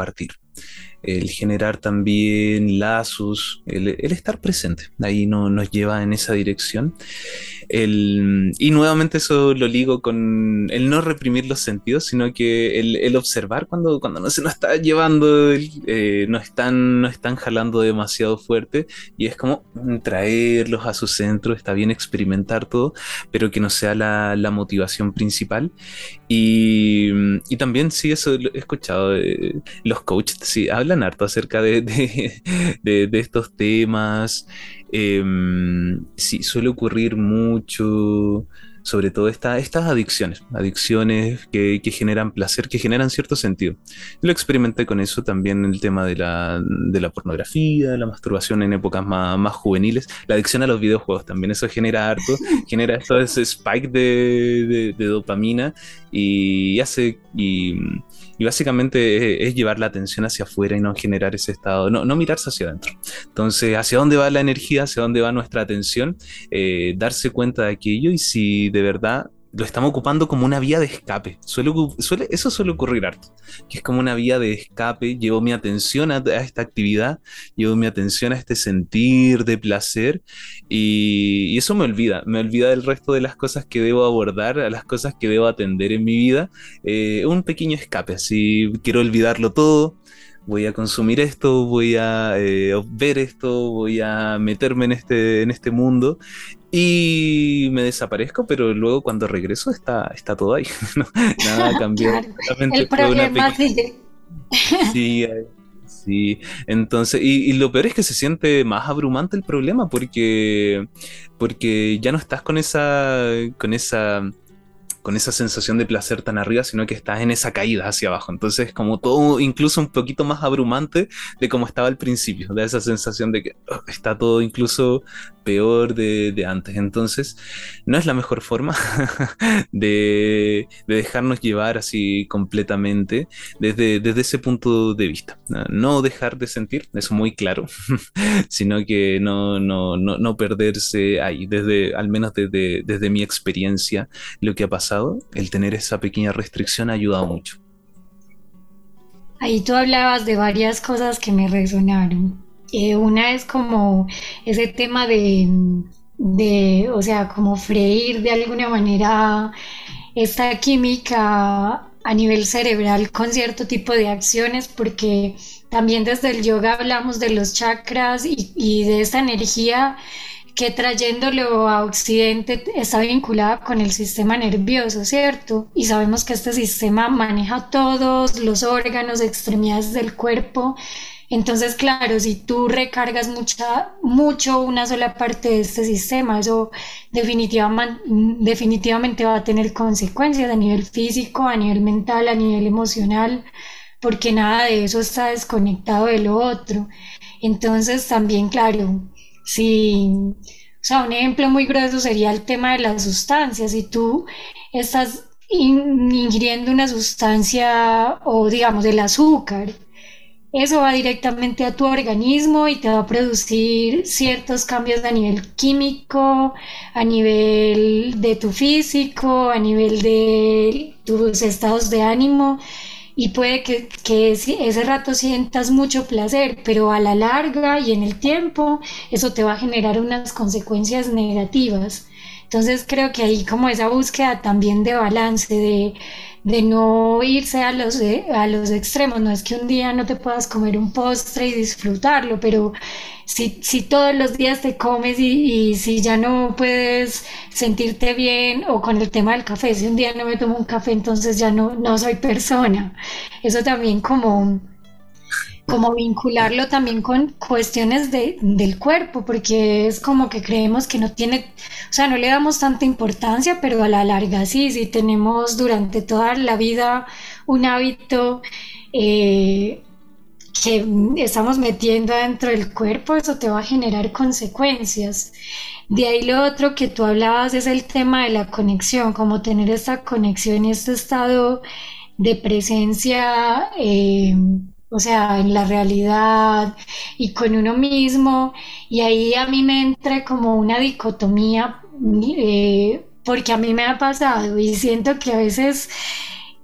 el generar también lazos, el estar presente. Ahí no, nos lleva en esa dirección. Y nuevamente eso lo ligo con el no reprimir los sentidos, sino que el observar cuando no se nos está llevando, no están jalando demasiado fuerte, y es como traerlos a su centro. Está bien experimentar todo, pero que no sea la motivación principal. Y también sí, eso lo he escuchado, los coaches sí hablan harto acerca de estos temas. Sí, suele ocurrir mucho, sobre todo estas adicciones que generan placer, que generan cierto sentido. Lo experimenté con eso también, el tema de la pornografía, la masturbación en épocas más juveniles, la adicción a los videojuegos también, eso genera harto, genera todo ese spike de dopamina, y hace, y básicamente es llevar la atención hacia afuera y no generar ese estado, no mirarse hacia adentro. Entonces, ¿hacia dónde va la energía? ¿Hacia dónde va nuestra atención? Darse cuenta de aquello, y si de verdad lo estamos ocupando como una vía de escape. Eso suele ocurrir harto, que es como una vía de escape. Llevo mi atención a esta actividad, llevo mi atención a este sentir de placer, y eso me olvida del resto de las cosas que debo abordar, a las cosas que debo atender en mi vida. Un pequeño escape, así quiero olvidarlo todo. Voy a consumir esto, voy a ver esto, voy a meterme en este mundo, y me desaparezco, pero luego cuando regreso está todo ahí. No, nada cambió.
Claro, el
Solamente fue una
problema
pequeña...
sigue.
Sí, sí. Entonces, y lo peor es que se siente más abrumante el problema, porque ya no estás con esa sensación de placer tan arriba, sino que estás en esa caída hacia abajo. Entonces, como todo incluso un poquito más abrumante de como estaba al principio, de esa sensación de que está todo incluso peor de antes. Entonces, no es la mejor forma de dejarnos llevar así completamente desde ese punto de vista. No dejar de sentir, eso muy claro, sino que no perderse ahí, al menos desde mi experiencia, lo que ha pasado, el tener esa pequeña restricción ha ayudado mucho.
Ahí tú hablabas de varias cosas que me resonaron. Una es como ese tema o sea, como freír de alguna manera esta química a nivel cerebral con cierto tipo de acciones, porque también desde el yoga hablamos de los chakras y de esta energía que trayéndolo a Occidente está vinculada con el sistema nervioso, ¿cierto? Y sabemos que este sistema maneja todos los órganos, extremidades del cuerpo. Entonces, claro, si tú recargas mucho una sola parte de este sistema, eso definitivamente va a tener consecuencias a nivel físico, a nivel mental, a nivel emocional, porque nada de eso está desconectado de lo otro. Entonces, también, claro, sí, o sea, un ejemplo muy grueso sería el tema de las sustancias. Si tú estás ingiriendo una sustancia o digamos el azúcar, eso va directamente a tu organismo y te va a producir ciertos cambios a nivel químico, a nivel de tu físico, a nivel de tus estados de ánimo, y puede que ese rato sientas mucho placer, pero a la larga y en el tiempo eso te va a generar unas consecuencias negativas. Entonces creo que ahí como esa búsqueda también de balance, de no irse a los extremos. No es que un día no te puedas comer un postre y disfrutarlo, pero si todos los días te comes y si ya no puedes sentirte bien, o con el tema del café, si un día no me tomo un café, entonces ya no soy persona. Eso también como vincularlo también con cuestiones del cuerpo, porque es como que creemos que no tiene, o sea, no le damos tanta importancia, pero a la larga sí, si tenemos durante toda la vida un hábito que estamos metiendo dentro del cuerpo, eso te va a generar consecuencias. De ahí lo otro que tú hablabas es el tema de la conexión, como tener esta conexión y este estado de presencia, o sea, en la realidad y con uno mismo. Y ahí a mí me entra como una dicotomía, porque a mí me ha pasado y siento que a veces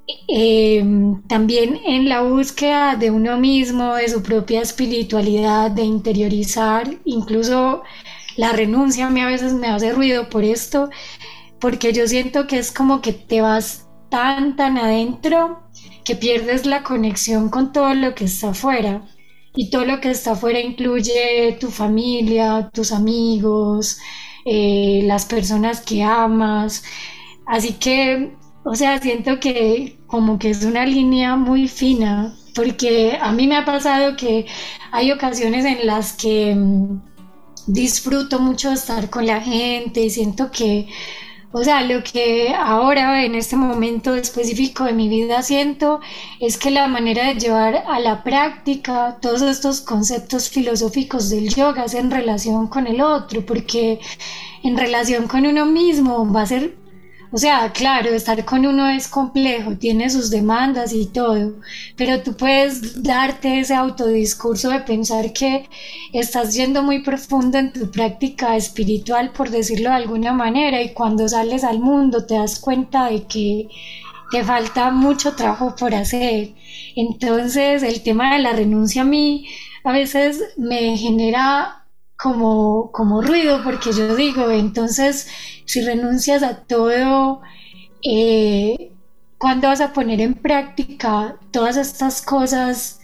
eh, también en la búsqueda de uno mismo, de su propia espiritualidad, de interiorizar, incluso la renuncia a mí a veces me hace ruido por esto, porque yo siento que es como que te vas tan adentro que pierdes la conexión con todo lo que está afuera. Y todo lo que está afuera incluye tu familia, tus amigos, las personas que amas. Así que, o sea, siento que como que es una línea muy fina, porque a mí me ha pasado que hay ocasiones en las que disfruto mucho estar con la gente y siento que, o sea, lo que ahora en este momento específico de mi vida siento es que la manera de llevar a la práctica todos estos conceptos filosóficos del yoga es en relación con el otro, porque en relación con uno mismo va a ser, o sea, claro, estar con uno es complejo, tiene sus demandas y todo, pero tú puedes darte ese autodiscurso de pensar que estás yendo muy profundo en tu práctica espiritual, por decirlo de alguna manera, y cuando sales al mundo te das cuenta de que te falta mucho trabajo por hacer. Entonces, el tema de la renuncia a mí a veces me genera como ruido, porque yo digo, entonces, si renuncias a todo, eh, ¿cuándo vas a poner en práctica todas estas cosas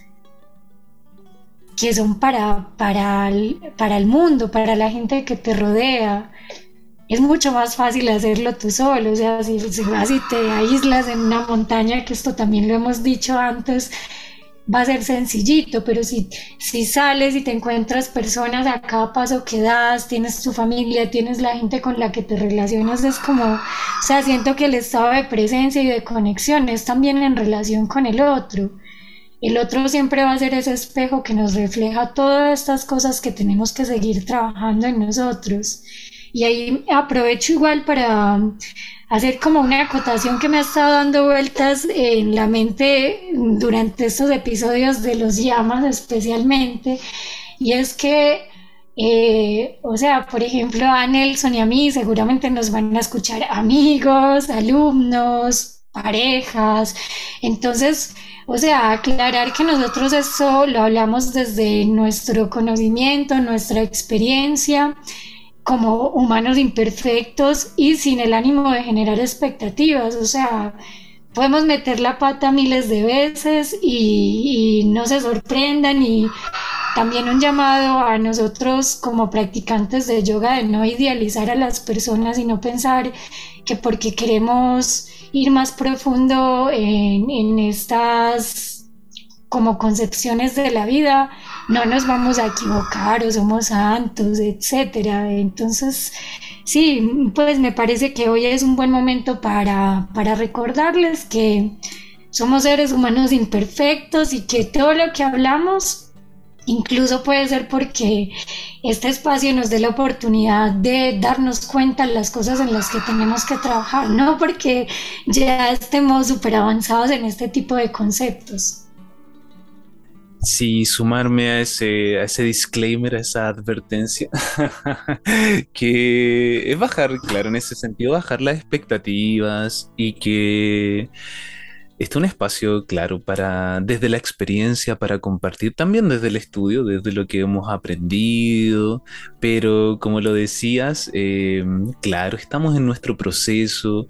que son para el mundo, para la gente que te rodea? Es mucho más fácil hacerlo tú solo, o sea, si vas y te aíslas en una montaña, que esto también lo hemos dicho antes, va a ser sencillito, pero si sales y te encuentras personas a cada paso que das, tienes tu familia, tienes la gente con la que te relacionas, es como, o sea, siento que el estado de presencia y de conexión es también en relación con el otro. El otro siempre va a ser ese espejo que nos refleja todas estas cosas que tenemos que seguir trabajando en nosotros. Y ahí aprovecho igual para hacer como una acotación que me ha estado dando vueltas en la mente durante estos episodios de los llamas especialmente, y es que, o sea, por ejemplo, a Nelson y a mí seguramente nos van a escuchar amigos, alumnos, parejas, entonces, o sea, aclarar que nosotros eso lo hablamos desde nuestro conocimiento, nuestra experiencia como humanos imperfectos y sin el ánimo de generar expectativas, o sea, podemos meter la pata miles de veces y no se sorprendan, y también un llamado a nosotros como practicantes de yoga de no idealizar a las personas y no pensar que porque queremos ir más profundo en estas como concepciones de la vida, no nos vamos a equivocar o somos santos, etcétera. Entonces, sí, pues me parece que hoy es un buen momento para recordarles que somos seres humanos imperfectos y que todo lo que hablamos incluso puede ser porque este espacio nos dé la oportunidad de darnos cuenta de las cosas en las que tenemos que trabajar, no porque ya estemos súper avanzados en este tipo de conceptos.
Sí, sumarme a ese disclaimer, a esa advertencia, que es bajar, claro, en ese sentido, bajar las expectativas y que está un espacio, claro, para, desde la experiencia, para compartir, también desde el estudio, desde lo que hemos aprendido, pero como lo decías, claro, estamos en nuestro proceso,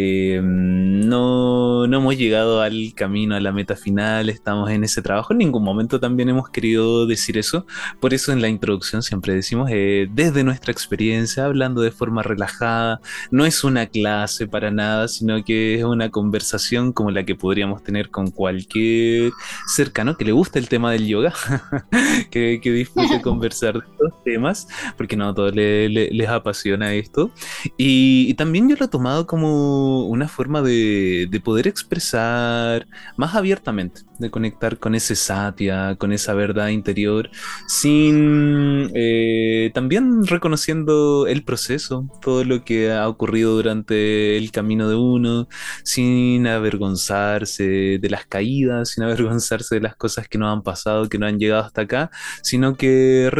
no hemos llegado al camino, a la meta final, estamos en ese trabajo, en ningún momento también hemos querido decir eso, por eso en la introducción siempre decimos, desde nuestra experiencia, hablando de forma relajada, no es una clase para nada, sino que es una conversación como la que podríamos tener con cualquier cercano que le guste el tema del yoga, que disfrute conversar de estos temas, porque no a todos les apasiona esto. Y también yo lo he tomado como una forma de poder expresar más abiertamente, de conectar con ese satya, con esa verdad interior, sin también reconociendo el proceso, todo lo que ha ocurrido durante el camino de uno, sin avergonzarse de las caídas, sin avergonzarse de las cosas que nos han pasado, que no han llegado hasta acá, sino que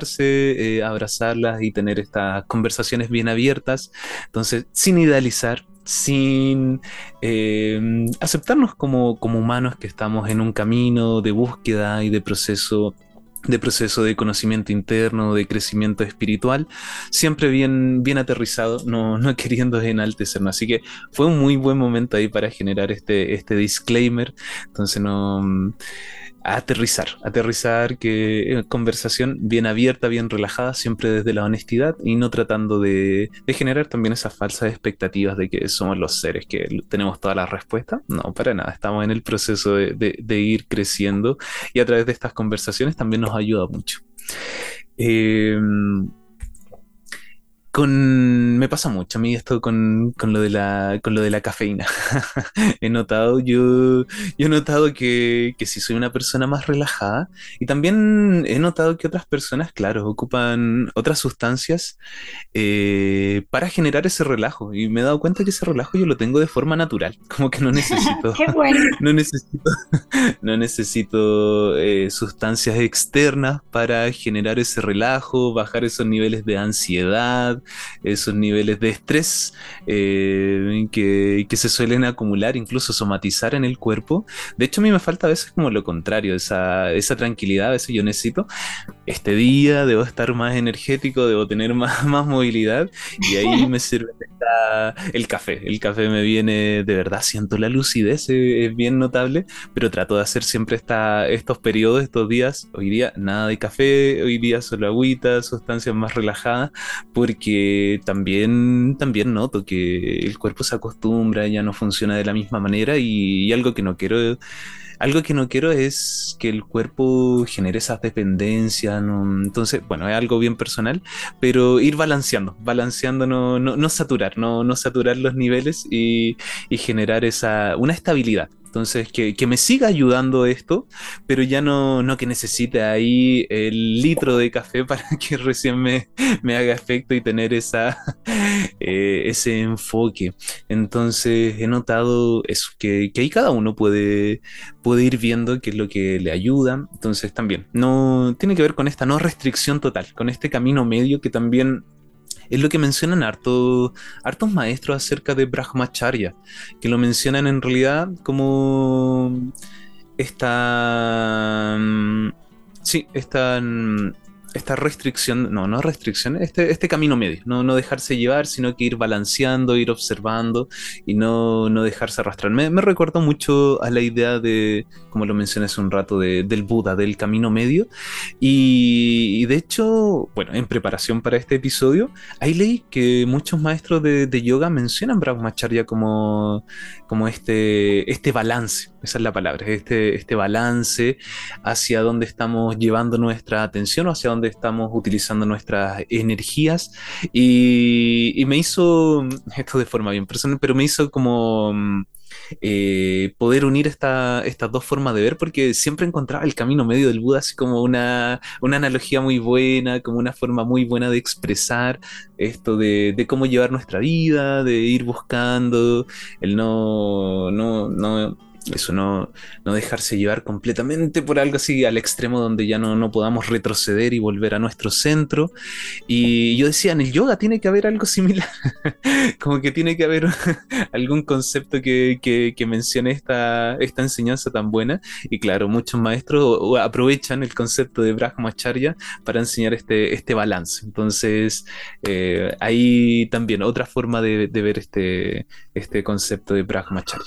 reencontrarse, abrazarlas y tener estas conversaciones bien abiertas. Entonces, sin idealizar, sin aceptarnos como humanos que estamos en un camino de búsqueda y de proceso de conocimiento interno, de crecimiento espiritual, siempre bien aterrizado, no queriendo enaltecernos. Así que fue un muy buen momento ahí para generar este disclaimer. Entonces, no. Aterrizar, que conversación bien abierta, bien relajada, siempre desde la honestidad y no tratando de generar también esas falsas expectativas de que somos los seres que tenemos todas las respuestas. No, para nada, estamos en el proceso de ir creciendo y a través de estas conversaciones también nos ayuda mucho. Eh, me pasa mucho a mí esto con lo de la cafeína. Yo he notado que si soy una persona más relajada y también he notado que otras personas, claro, ocupan otras sustancias para generar ese relajo y me he dado cuenta que ese relajo yo lo tengo de forma natural, como que no necesito,
Qué bueno.
no necesito, no necesito sustancias externas para generar ese relajo, bajar esos niveles de ansiedad, esos niveles de estrés que se suelen acumular, incluso somatizar en el cuerpo. De hecho, a mí me falta a veces como lo contrario, esa tranquilidad. A veces yo necesito, este día debo estar más energético, debo tener más movilidad y ahí me sirve el café. El café me viene, de verdad, siento la lucidez, es bien notable, pero trato de hacer siempre estos periodos, estos días. Hoy día nada de café, hoy día solo agüita, sustancias más relajadas, porque también noto que el cuerpo se acostumbra, ya no funciona de la misma manera y algo que no quiero es que el cuerpo genere esas dependencias, ¿no? Entonces, bueno, es algo bien personal, pero ir balanceando, no saturar, no saturar los niveles y generar una estabilidad. Entonces, que me siga ayudando esto, pero ya no que necesite ahí el litro de café para que recién me haga efecto y tener ese enfoque. Entonces, he notado eso, que ahí cada uno puede ir viendo qué es lo que le ayuda. Entonces también no tiene que ver con esta no restricción total, con este camino medio que también es lo que mencionan hartos maestros acerca de Brahmacharya, que lo mencionan en realidad como esta sí, esta restricción, no restricción, este camino medio, no dejarse llevar, sino que ir balanceando, ir observando y no dejarse arrastrar. Me recuerda mucho a la idea de, como lo mencioné hace un rato, del Buda, del camino medio. Y de hecho, bueno, en preparación para este episodio, ahí leí que muchos maestros de yoga mencionan Brahmacharya como este balance, esa es la palabra, este balance hacia dónde estamos llevando nuestra atención o hacia dónde estamos utilizando nuestras energías y me hizo, esto de forma bien personal, pero me hizo como poder unir estas dos formas de ver, porque siempre encontraba el camino medio del Buda así como una analogía muy buena, como una forma muy buena de expresar esto de cómo llevar nuestra vida, de ir buscando el eso, no dejarse llevar completamente por algo así al extremo donde ya no podamos retroceder y volver a nuestro centro. Y yo decía, en el yoga tiene que haber algo similar, como que tiene que haber algún concepto que mencione esta enseñanza tan buena. Y claro, muchos maestros aprovechan el concepto de Brahmacharya para enseñar este balance. Entonces, hay también otra forma de ver este concepto de Brahmacharya.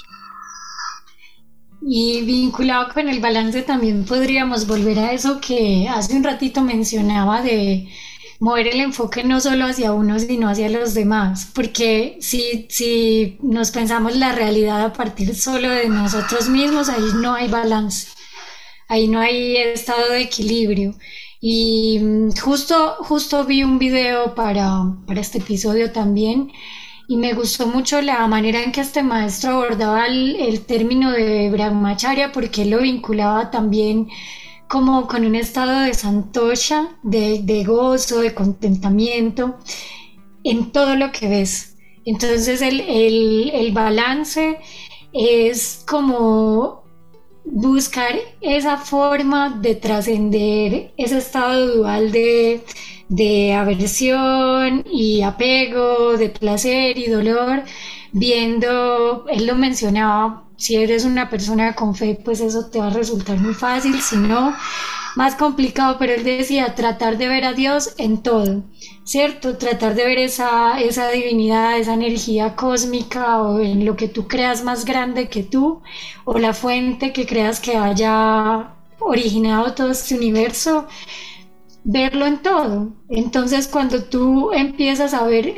Y vinculado con el balance también podríamos volver a eso que hace un ratito mencionaba de mover el enfoque no solo hacia uno, sino hacia los demás, porque si nos pensamos la realidad a partir solo de nosotros mismos, ahí no hay balance, ahí no hay estado de equilibrio. Y justo vi un video para este episodio también y me gustó mucho la manera en que este maestro abordaba el término de Brahmacharya porque él lo vinculaba también como con un estado de santosha, de gozo, de contentamiento en todo lo que ves. Entonces el balance es como buscar esa forma de trascender ese estado dual de aversión y apego, de placer y dolor, viendo, él lo mencionaba, si eres una persona con fe, pues eso te va a resultar muy fácil, si no, más complicado, pero él decía tratar de ver a Dios en todo, ¿cierto? Tratar de ver esa divinidad, esa energía cósmica o en lo que tú creas más grande que tú, o la fuente que creas que haya originado todo este universo, verlo en todo. Entonces, cuando tú empiezas a ver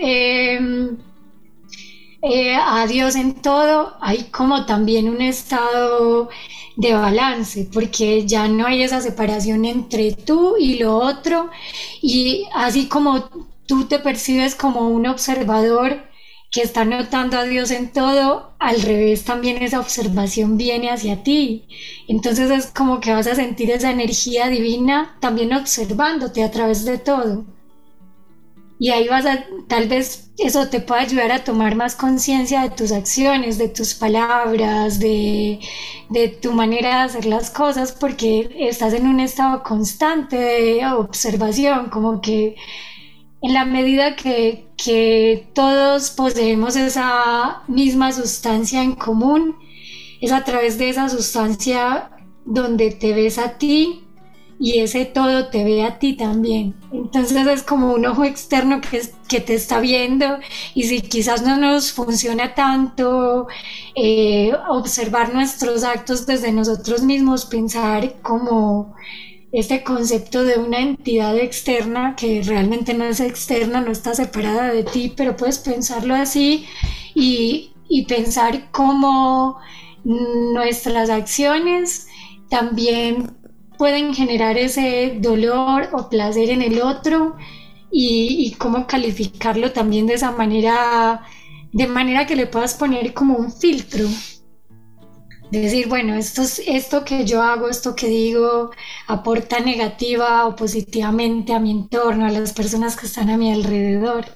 a Dios en todo, hay como también un estado de balance, porque ya no hay esa separación entre tú y lo otro, y así como tú te percibes como un observador que está notando a Dios en todo, al revés también esa observación viene hacia ti. Entonces es como que vas a sentir esa energía divina también observándote a través de todo. Y ahí vas a, tal vez eso te pueda ayudar a tomar más conciencia de tus acciones, de tus palabras, de tu manera de hacer las cosas, porque estás en un estado constante de observación, como que en la medida que todos poseemos esa misma sustancia en común, es a través de esa sustancia donde te ves a ti y ese todo te ve a ti también. Entonces es como un ojo externo que te está viendo, y si quizás no nos funciona tanto observar nuestros actos desde nosotros mismos, pensar como este concepto de una entidad externa que realmente no es externa, no está separada de ti, pero puedes pensarlo así y pensar cómo nuestras acciones también pueden generar ese dolor o placer en el otro, y cómo calificarlo también de manera que le puedas poner como un filtro. Decir, bueno, esto que yo hago, esto que digo, aporta negativa o positivamente a mi entorno, a las personas que están a mi alrededor.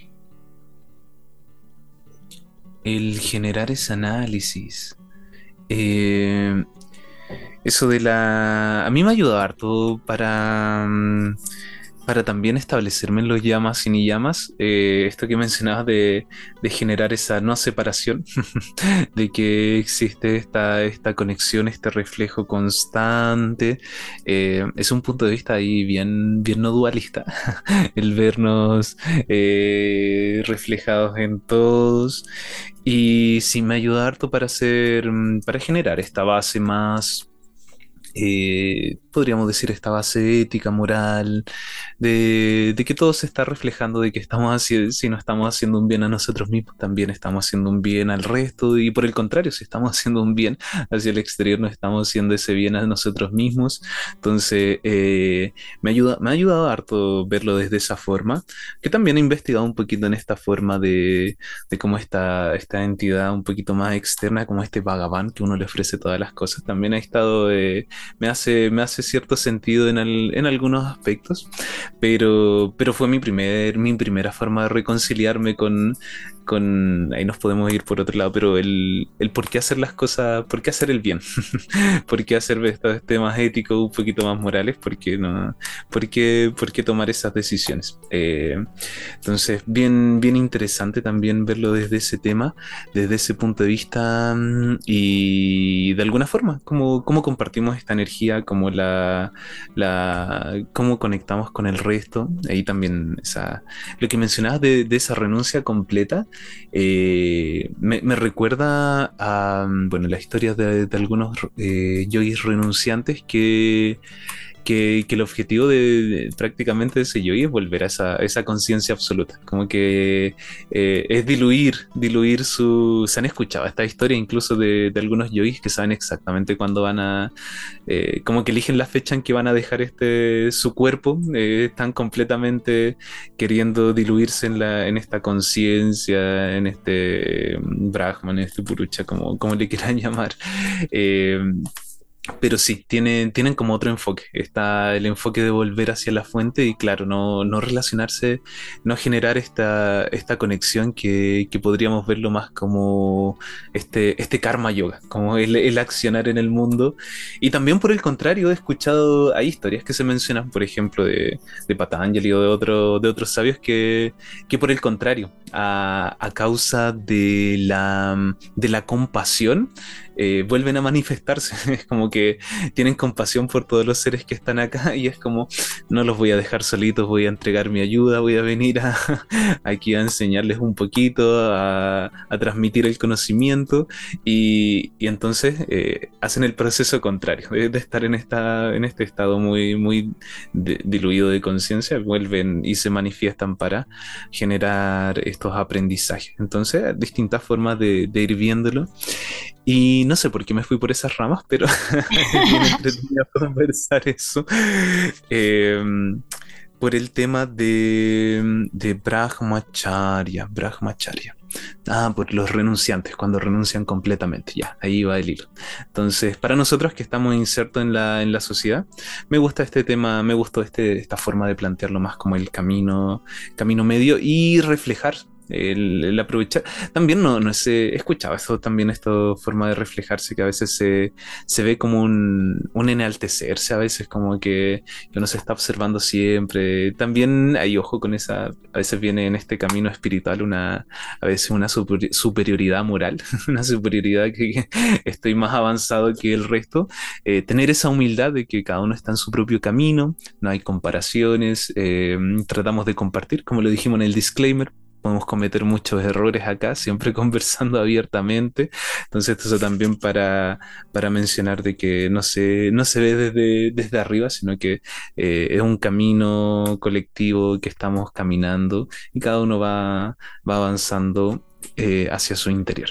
El generar ese análisis. eh, Eso de la... A mí me ayuda harto para también establecerme en los llamas y ni llamas. Esto que mencionabas de generar esa no separación, de que existe esta conexión, este reflejo constante. Es un punto de vista ahí bien no dualista, el vernos reflejados en todos. Y sí me ayuda harto para hacer, para generar esta base más, podríamos decir, esta base ética, moral, de que todo se está reflejando, de que estamos haciendo, si no estamos haciendo un bien a nosotros mismos, también estamos haciendo un bien al resto, y por el contrario, si estamos haciendo un bien hacia el exterior, no estamos haciendo ese bien a nosotros mismos. Entonces, me ha ayudado harto verlo desde esa forma, que también he investigado un poquito en esta forma de cómo esta entidad un poquito más externa, como este Bhagavan que uno le ofrece todas las cosas, también ha estado... me hace cierto sentido en algunos aspectos, pero fue mi primera forma de reconciliarme ahí nos podemos ir por otro lado, pero el por qué hacer las cosas, por qué hacer el bien, por qué hacer estos temas éticos un poquito más morales, por qué no, por qué tomar esas decisiones. Entonces, bien interesante también verlo desde ese tema, desde ese punto de vista, y de alguna forma, cómo compartimos esta energía, cómo conectamos con el resto. Ahí también lo que mencionabas de esa renuncia completa, me recuerda a, bueno, la historia de algunos yogis renunciantes que el objetivo prácticamente de ese yogi es volver a esa conciencia absoluta, como que es diluir su... Se han escuchado esta historia incluso de algunos yogis que saben exactamente cuándo van a... como que eligen la fecha en que van a dejar su cuerpo, están completamente queriendo diluirse en esta conciencia, en este Brahman, en este Purucha, como le quieran llamar. pero sí, tienen como otro enfoque. Está el enfoque de volver hacia la fuente y claro, no relacionarse, no generar esta conexión que podríamos verlo más como este karma yoga, como el accionar en el mundo. Y también por el contrario, he escuchado, hay historias que se mencionan, por ejemplo, de Patanjali o de otros sabios que por el contrario, a causa de la compasión, vuelven a manifestarse. Es como que tienen compasión por todos los seres que están acá y es como, no los voy a dejar solitos, voy a entregar mi ayuda, voy a venir aquí a enseñarles un poquito, a transmitir el conocimiento y entonces hacen el proceso contrario, de estar en este estado muy diluido de conciencia, vuelven y se manifiestan para generar estos aprendizajes. Entonces, distintas formas de ir viéndolo y no sé por qué me fui por esas ramas, pero es bien entretenido conversar eso. Eh, por el tema de Brahmacharya, Brahmacharya. Ah, por los renunciantes, cuando renuncian completamente. Ya, ahí va el hilo. Entonces, para nosotros que estamos insertos en la sociedad, me gusta este tema, me gustó esta forma de plantearlo más como el camino medio y reflejar el aprovechar. También no he escuchado esto, también esta forma de reflejarse que a veces se ve como un enaltecerse, a veces como que uno se está observando siempre. También hay ojo con esa, a veces viene en este camino espiritual a veces una superioridad moral, una superioridad que estoy más avanzado que el resto. Tener esa humildad de que cada uno está en su propio camino, no hay comparaciones, tratamos de compartir, como lo dijimos en el disclaimer, podemos cometer muchos errores acá, siempre conversando abiertamente. Entonces, eso también para mencionar de que no se ve desde arriba, sino que es un camino colectivo que estamos caminando y cada uno va avanzando hacia su interior.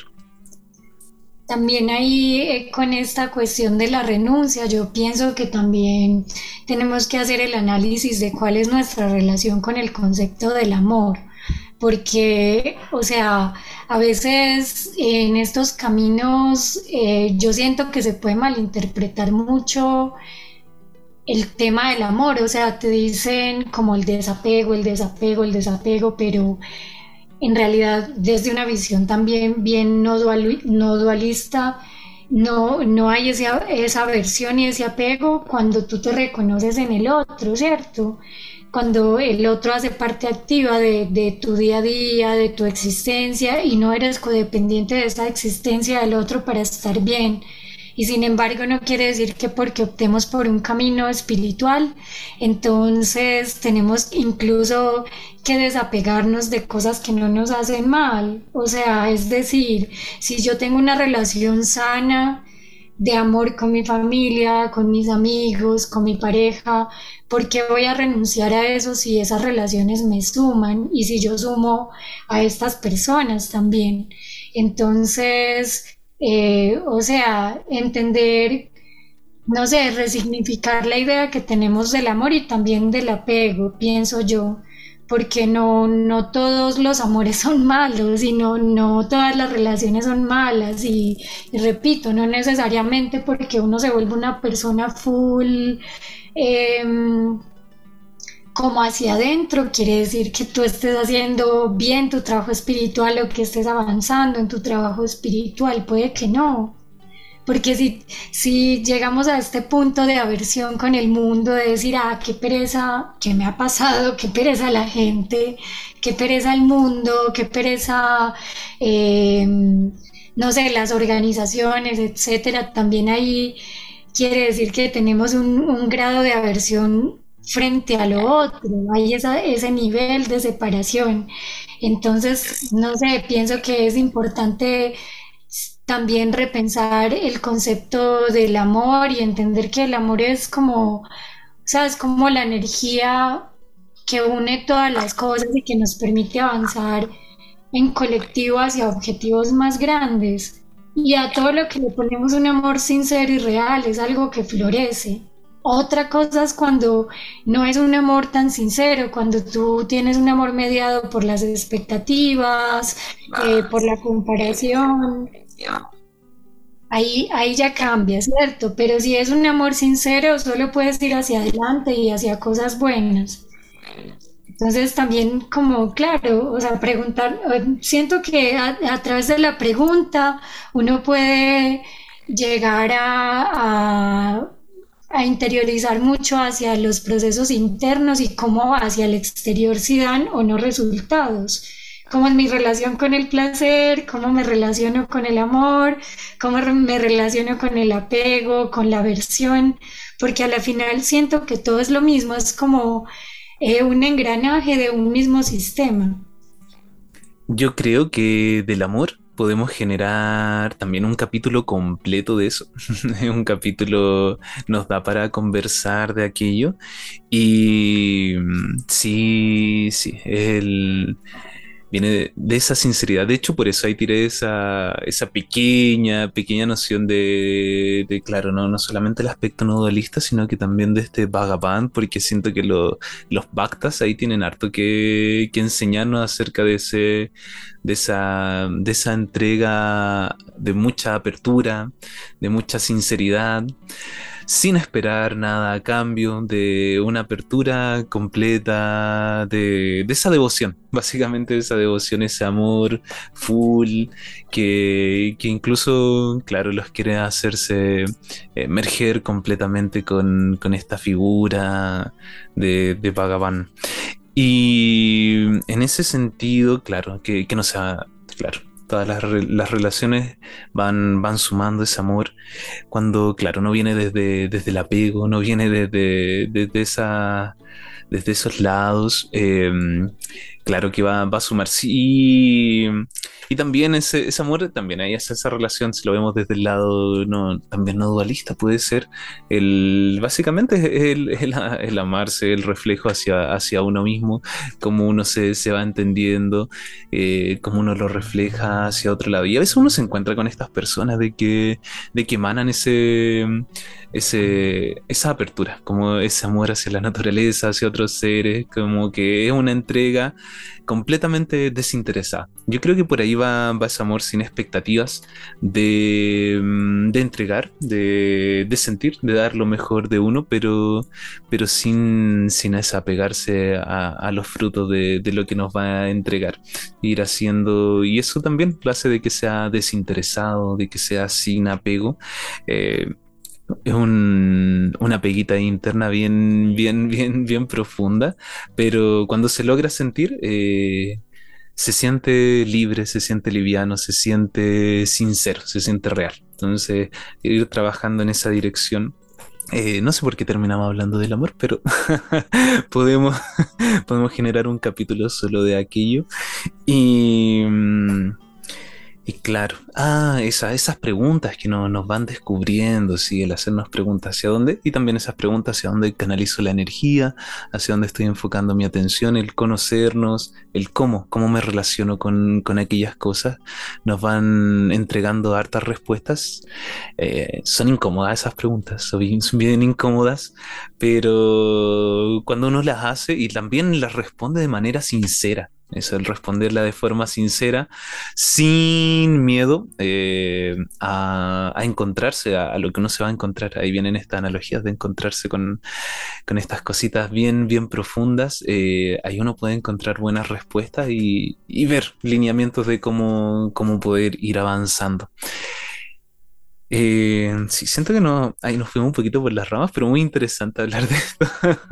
También ahí con esta cuestión de la renuncia, yo pienso que también tenemos que hacer el análisis de cuál es nuestra relación con el concepto del amor, porque, o sea, a veces en estos caminos yo siento que se puede malinterpretar mucho el tema del amor, o sea, te dicen como el desapego, el desapego, el desapego, pero en realidad desde una visión también bien no dualista, no hay esa versión y ese apego cuando tú te reconoces en el otro, ¿cierto? Cuando el otro hace parte activa de tu día a día, de tu existencia y no eres codependiente de esa existencia del otro para estar bien. Y sin embargo no quiere decir que porque optemos por un camino espiritual, entonces tenemos incluso que desapegarnos de cosas que no nos hacen mal. O sea, es decir, si yo tengo una relación sana de amor con mi familia, con mis amigos, con mi pareja, ¿por qué voy a renunciar a eso si esas relaciones me suman y si yo sumo a estas personas también? Entonces, o sea, entender, no sé, resignificar la idea que tenemos del amor y también del apego, pienso yo, porque no todos los amores son malos y no todas las relaciones son malas y repito, no necesariamente porque uno se vuelve una persona full como hacia adentro, quiere decir que tú estés haciendo bien tu trabajo espiritual o que estés avanzando en tu trabajo espiritual, puede que no. Porque si llegamos a este punto de aversión con el mundo, de decir, ah, qué pereza, qué me ha pasado, qué pereza la gente, qué pereza el mundo, qué pereza, no sé, las organizaciones, etcétera, también ahí quiere decir que tenemos un grado de aversión frente a lo otro, hay ese nivel de separación. Entonces, no sé, pienso que es importante también repensar el concepto del amor y entender que el amor es como, ¿sabes? Como la energía que une todas las cosas y que nos permite avanzar en colectivo hacia objetivos más grandes. Y a todo lo que le ponemos un amor sincero y real es algo que florece. Otra cosa es cuando no es un amor tan sincero, cuando tú tienes un amor mediado por las expectativas, por la comparación. ahí ya cambia, ¿cierto? Pero si es un amor sincero, solo puedes ir hacia adelante y hacia cosas buenas. Entonces también como, claro, o sea, preguntar, siento que a través de la pregunta uno puede llegar a interiorizar mucho hacia los procesos internos y cómo hacia el exterior si dan o no resultados. Cómo es mi relación con el placer, cómo me relaciono con el amor, cómo me relaciono con el apego, con la aversión, porque a la final siento que todo es lo mismo, es como un engranaje de un mismo sistema.
Yo creo que del amor podemos generar también un capítulo completo de eso. Un capítulo nos da para conversar de aquello. Y sí, sí, viene de esa sinceridad. De hecho, por eso ahí tiré esa pequeña noción claro, no solamente el aspecto no dualista, sino que también de este Bhagavan, porque siento que los Bhaktas ahí tienen harto que enseñarnos acerca de esa entrega de mucha apertura, de mucha sinceridad, sin esperar nada a cambio, de una apertura completa, de esa devoción, básicamente esa devoción, ese amor full, que incluso, claro, los quiere hacerse emerger completamente con esta figura de Bhagavan. Y en ese sentido, claro, que no sea, claro, todas las relaciones van sumando ese amor cuando, claro, no viene desde el apego, no viene desde esos lados, claro que va a sumar. Sí, y también ese amor, también hay esa relación, si lo vemos desde el lado no, también no dualista, puede ser, básicamente es el amarse, el reflejo hacia uno mismo, cómo uno se va entendiendo, cómo uno lo refleja hacia otro lado. Y a veces uno se encuentra con estas personas de que emanan esa apertura, como ese amor hacia la naturaleza, hacia otros seres, como que es una entrega completamente desinteresada. Yo creo que por ahí va ese amor sin expectativas de entregar, de sentir, de dar lo mejor de uno, pero sin desapegarse a los frutos de lo que nos va a entregar. Ir haciendo, y eso también lo hace de que sea desinteresado, de que sea sin apego. Eh, es una peguita interna bien profunda, pero cuando se logra sentir, se siente libre, se siente liviano, se siente sincero, se siente real. Entonces, ir trabajando en esa dirección. No sé por qué terminamos hablando del amor, pero podemos, podemos generar un capítulo solo de aquello. Y, y claro, esas preguntas que nos van descubriendo, sí, el hacernos preguntas hacia dónde, y también esas preguntas hacia dónde canalizo la energía, hacia dónde estoy enfocando mi atención, el conocernos, el cómo me relaciono con aquellas cosas, nos van entregando hartas respuestas. Son incómodas esas preguntas, son bien incómodas, pero cuando uno las hace y también las responde de manera sincera, eso, el responderla de forma sincera, sin miedo a encontrarse, a lo que uno se va a encontrar. Ahí vienen estas analogías de encontrarse con estas cositas bien profundas. Ahí uno puede encontrar buenas respuestas y ver lineamientos de cómo poder ir avanzando. Sí, siento que no, ahí nos fuimos un poquito por las ramas, pero muy interesante hablar de esto.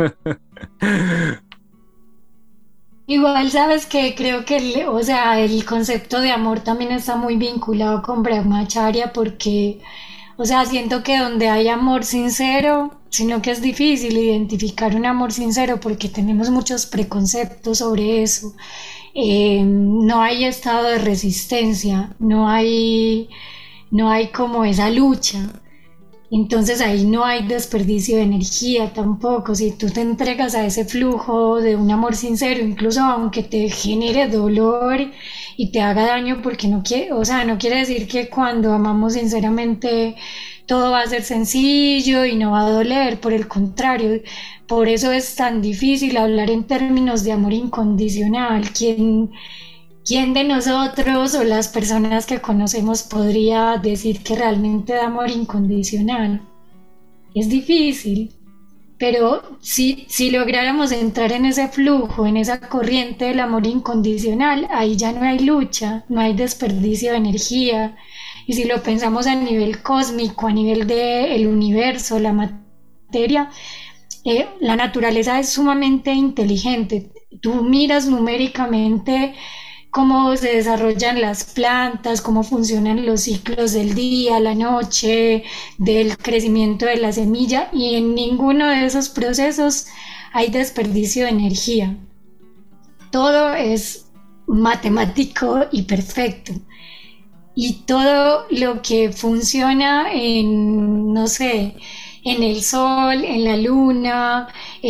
Igual sabes que creo que o sea, el concepto de amor también está muy vinculado con Brahmacharya porque, o sea, siento que donde hay amor sincero, sino que es difícil identificar un amor sincero porque tenemos muchos preconceptos sobre eso. No hay estado de resistencia, no hay como esa lucha. Entonces ahí no hay desperdicio de energía tampoco. Si tú te entregas a ese flujo de un amor sincero, incluso aunque te genere dolor y te haga daño, porque no quiere, o sea, no quiere decir que cuando amamos sinceramente todo va a ser sencillo y no va a doler, por el contrario, por eso es tan difícil hablar en términos de amor incondicional. ¿quién de nosotros o las personas que conocemos podría decir que realmente da amor incondicional? Es difícil, pero si lográramos entrar en ese flujo, en esa corriente del amor incondicional, ahí ya no hay lucha, no hay desperdicio de energía. Y si lo pensamos a nivel cósmico, a nivel del universo, la materia, la naturaleza es sumamente inteligente. Tú miras numéricamente cómo se desarrollan las plantas, cómo funcionan los ciclos del día, la noche, del crecimiento de la semilla, y en ninguno de esos procesos hay desperdicio de energía. Todo es matemático y perfecto. Y todo lo que funciona en, no sé, en el sol, en la luna,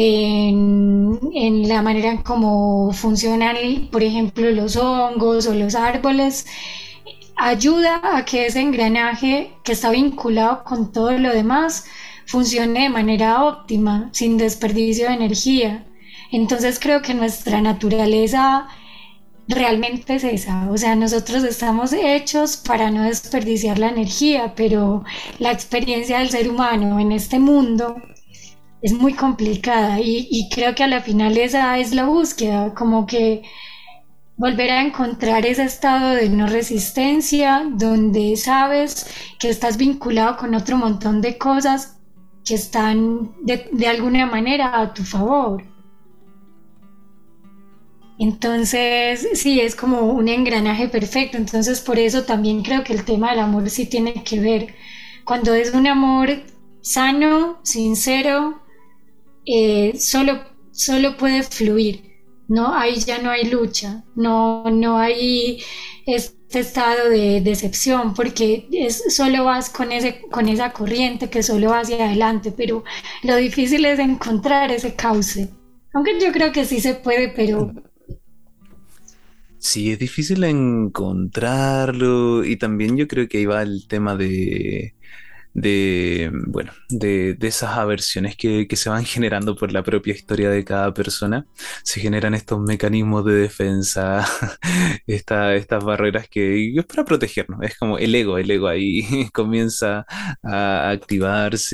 en la manera en cómo funcionan, por ejemplo, los hongos o los árboles, ayuda a que ese engranaje que está vinculado con todo lo demás funcione de manera óptima, sin desperdicio de energía. Entonces creo que nuestra naturaleza realmente es esa, o sea, nosotros estamos hechos para no desperdiciar la energía, pero la experiencia del ser humano en este mundo es muy complicada y creo que a la final esa es la búsqueda, como que volver a encontrar ese estado de no resistencia, donde sabes que estás vinculado con otro montón de cosas que están de alguna manera a tu favor. Entonces, sí, es como un engranaje perfecto. Entonces, por eso también creo que el tema del amor sí tiene que ver. Cuando es un amor sano, sincero, solo puede fluir, ¿no? Ahí ya no hay lucha, no hay este estado de decepción, porque solo vas con esa corriente que solo va hacia adelante, pero lo difícil es encontrar ese cauce. Aunque yo creo que sí se puede, pero
Sí, es difícil encontrarlo y también yo creo que ahí va el tema bueno, de esas aversiones que se van generando por la propia historia de cada persona. Se generan estos mecanismos de defensa, estas barreras que es para protegernos. Es como el ego ahí comienza a activarse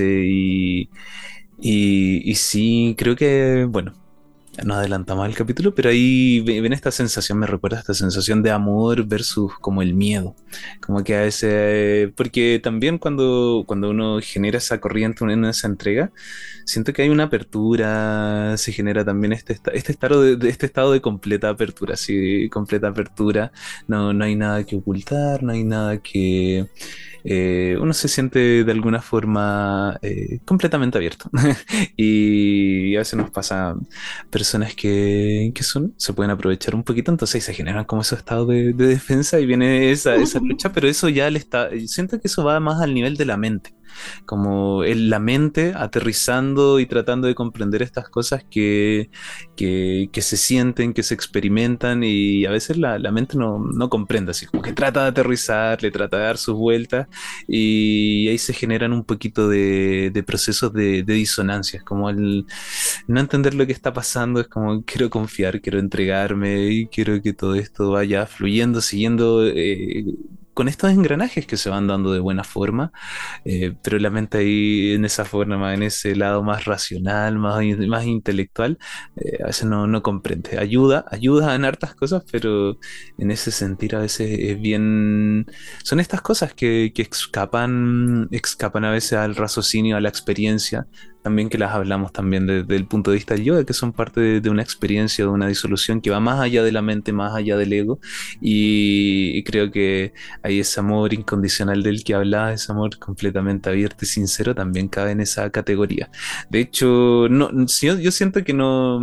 y sí, creo que, bueno. Nos adelantamos al capítulo, pero ahí ven esta sensación, me recuerda esta sensación de amor versus como el miedo. Como que a veces, porque también cuando uno genera esa corriente, una esa entrega, siento que hay una apertura, se genera también este estado de completa apertura, sí, completa apertura. No hay nada que ocultar, no hay nada que uno se siente de alguna forma completamente abierto. Y a veces nos pasa personas se pueden aprovechar un poquito, entonces ahí se generan como esos estados de defensa y viene esa lucha, pero eso ya le está, siento que eso va más al nivel de la mente, como la mente aterrizando y tratando de comprender estas cosas que se sienten, que se experimentan y a veces la mente no comprende, así como que trata de aterrizar, le trata de dar sus vueltas y ahí se generan un poquito de procesos de disonancias, como el no entender lo que está pasando, es como quiero confiar, quiero entregarme y quiero que todo esto vaya fluyendo, siguiendo con estos engranajes que se van dando de buena forma, pero la mente ahí en esa forma, en ese lado más racional, más intelectual, a veces no comprende. Ayuda en hartas cosas, pero en ese sentir a veces es bien... Son estas cosas que escapan a veces al raciocinio, a la experiencia, también que las hablamos también desde el punto de vista del yoga, que son parte de una experiencia, de una disolución que va más allá de la mente, más allá del ego, y creo que ahí ese amor incondicional del que hablaba, ese amor completamente abierto y sincero, también cabe en esa categoría. De hecho, yo siento que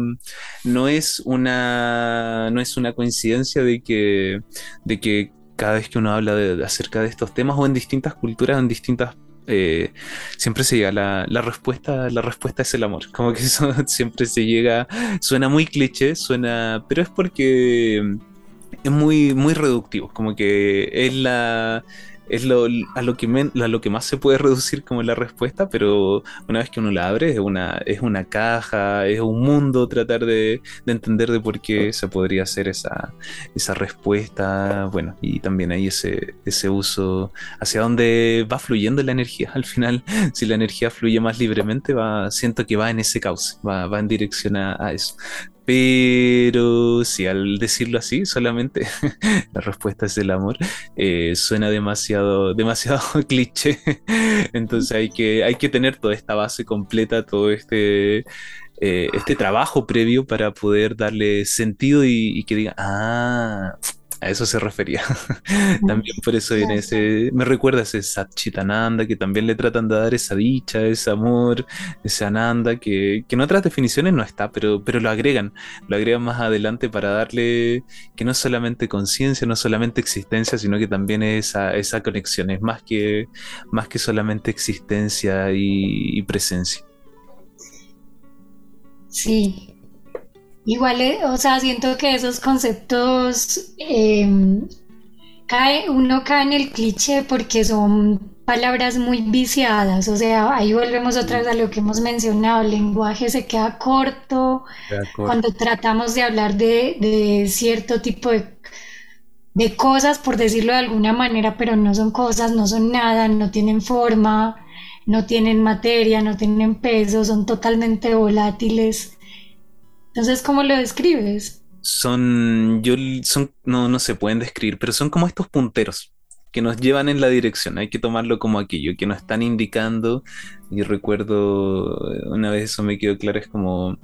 no es una coincidencia de que cada vez que uno habla acerca de estos temas o en distintas culturas, en distintas siempre se llega la respuesta es el amor, como que eso siempre se llega, suena muy cliché, pero es porque es muy reductivo, como que es es a lo que más se puede reducir como la respuesta, pero una vez que uno la abre, es una caja, es un mundo tratar de entender de por qué se podría hacer esa respuesta. Bueno, y también hay ese uso hacia dónde va fluyendo la energía. Al final, si la energía fluye más libremente, siento que va en ese cauce, va en dirección a eso. Pero si al decirlo así, solamente la respuesta es el amor, suena demasiado cliché. Entonces hay que tener toda esta base completa, todo este trabajo previo para poder darle sentido y que diga, ah, a eso se refería. También por eso viene me recuerda a ese Satchitananda, que también le tratan de dar esa dicha, ese amor, ese Ananda, que en otras definiciones no está, pero lo agregan más adelante para darle que no es solamente conciencia, no solamente existencia, sino que también es esa conexión, es más que solamente existencia y presencia.
Sí, igual, o sea, siento que esos conceptos uno cae en el cliché porque son palabras muy viciadas, o sea, ahí volvemos otra vez a lo que hemos mencionado, el lenguaje se queda corto
De acuerdo.
cuando tratamos de hablar de cierto tipo de cosas, por decirlo de alguna manera, pero no son cosas, no son nada, no tienen forma, no tienen materia, no tienen peso, son totalmente volátiles. Entonces, ¿cómo lo describes?
No se pueden describir, pero son como estos punteros que nos llevan en la dirección. Hay que tomarlo como aquello que nos están indicando. Y recuerdo una vez eso me quedó claro, es como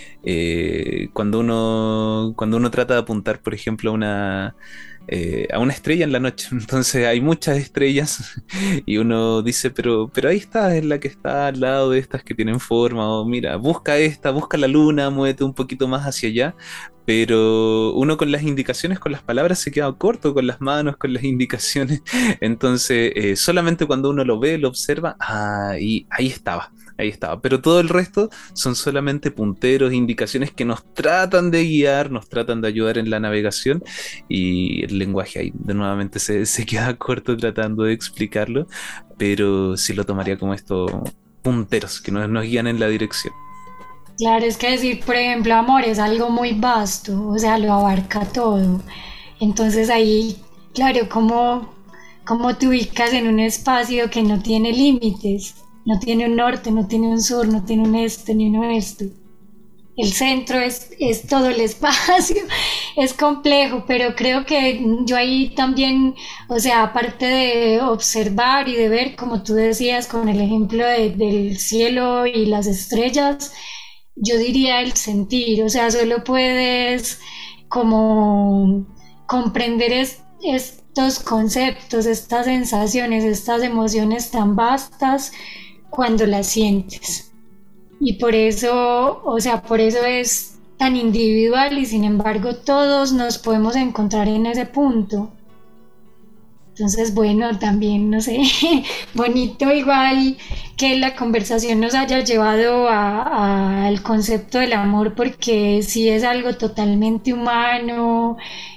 cuando uno trata de apuntar, por ejemplo, a una estrella en la noche. Entonces hay muchas estrellas y uno dice, pero ahí está, es la que está al lado de estas que tienen forma, o mira, busca esta, busca la luna, muévete un poquito más hacia allá. Pero uno con las indicaciones, con las palabras se queda corto, con las manos, con las indicaciones. Entonces, solamente cuando uno lo ve, lo observa, ahí estaba, ahí estaba. Pero todo el resto son solamente punteros, indicaciones que nos tratan de guiar, nos tratan de ayudar en la navegación, y el lenguaje ahí de nuevamente se queda corto tratando de explicarlo, pero sí lo tomaría como estos punteros que nos guían en la dirección.
Claro, es que decir, por ejemplo, amor es algo muy vasto, o sea, lo abarca todo. Entonces ahí, claro, cómo te ubicas en un espacio que no tiene límites, no tiene un norte, no tiene un sur, no tiene un este ni un oeste. El centro es todo el espacio, es complejo, pero creo que yo ahí también, o sea, aparte de observar y de ver, como tú decías, con el ejemplo del cielo y las estrellas, yo diría el sentir, o sea, solo puedes como comprender estos conceptos, estas sensaciones, estas emociones tan vastas cuando las sientes. Y por eso, o sea, por eso es tan individual y sin embargo todos nos podemos encontrar en ese punto. Entonces, bueno, también, no sé, bonito igual que la conversación nos haya llevado al concepto del amor, porque sí es algo totalmente humano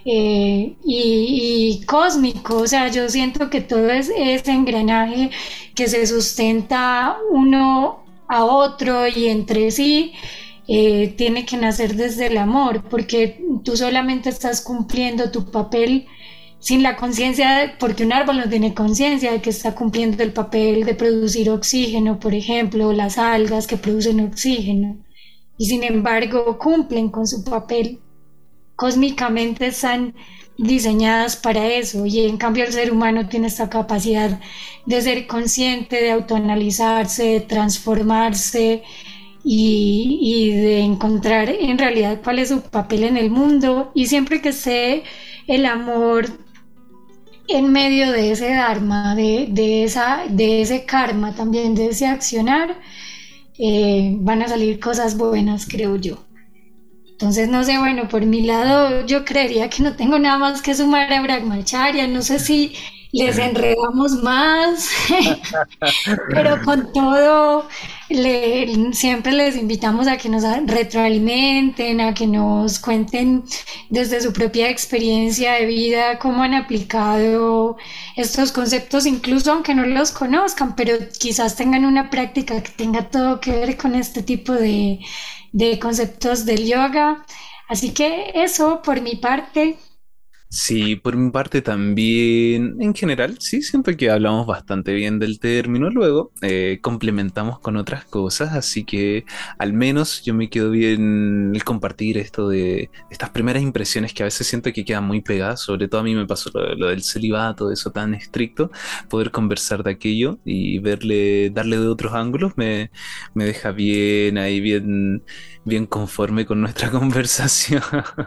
y cósmico. O sea, yo siento que todo es ese engranaje que se sustenta uno a otro y entre sí. Tiene que nacer desde el amor, porque tú solamente estás cumpliendo tu papel sin la conciencia, porque un árbol no tiene conciencia de que está cumpliendo el papel de producir oxígeno, por ejemplo, o las algas que producen oxígeno, y sin embargo cumplen con su papel. Cósmicamente están diseñadas para eso, y en cambio el ser humano tiene esta capacidad de ser consciente, de autoanalizarse, de transformarse y de encontrar en realidad cuál es su papel en el mundo, y siempre que esté el amor en medio de ese dharma, de ese karma también, de ese accionar, van a salir cosas buenas, creo yo. Entonces, no sé, bueno, por mi lado, yo creería que no tengo nada más que sumar a Brahmacharya. No sé si les enredamos más, pero con todo, siempre les invitamos a que nos retroalimenten, a que nos cuenten desde su propia experiencia de vida cómo han aplicado estos conceptos, incluso aunque no los conozcan, pero quizás tengan una práctica que tenga todo que ver con este tipo de conceptos del yoga. Así que eso por mi parte.
Sí, por mi parte también, en general, sí, siento que hablamos bastante bien del término, luego complementamos con otras cosas, así que al menos yo me quedo bien el compartir esto de estas primeras impresiones que a veces siento que quedan muy pegadas, sobre todo a mí me pasó lo del celibato, eso tan estricto, poder conversar de aquello y verle, darle de otros ángulos me deja bien ahí, bien conforme con nuestra conversación.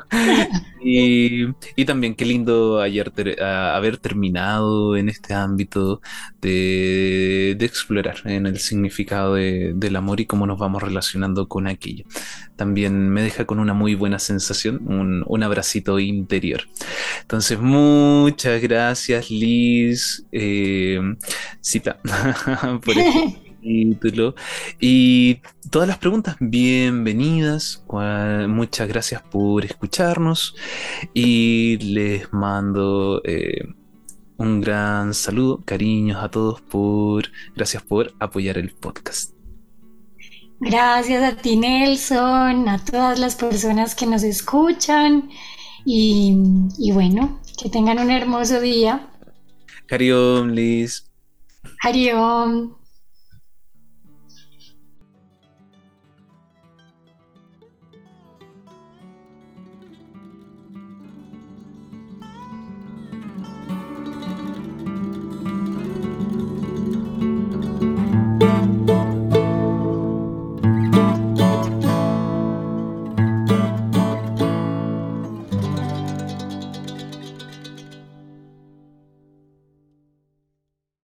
Y también qué lindo haber terminado en este ámbito de explorar en el significado del amor y cómo nos vamos relacionando con aquello. También me deja con una muy buena sensación, un abracito interior. Entonces, muchas gracias, Liz, Cita, por este capítulo. Y todas las preguntas, bienvenidas. Muchas gracias por escucharnos y les mando un gran saludo, cariños a todos gracias por apoyar el podcast.
Gracias a ti, Nelson, a todas las personas que nos escuchan y bueno, que tengan un hermoso día.
Cariño, Liz.
Hariom.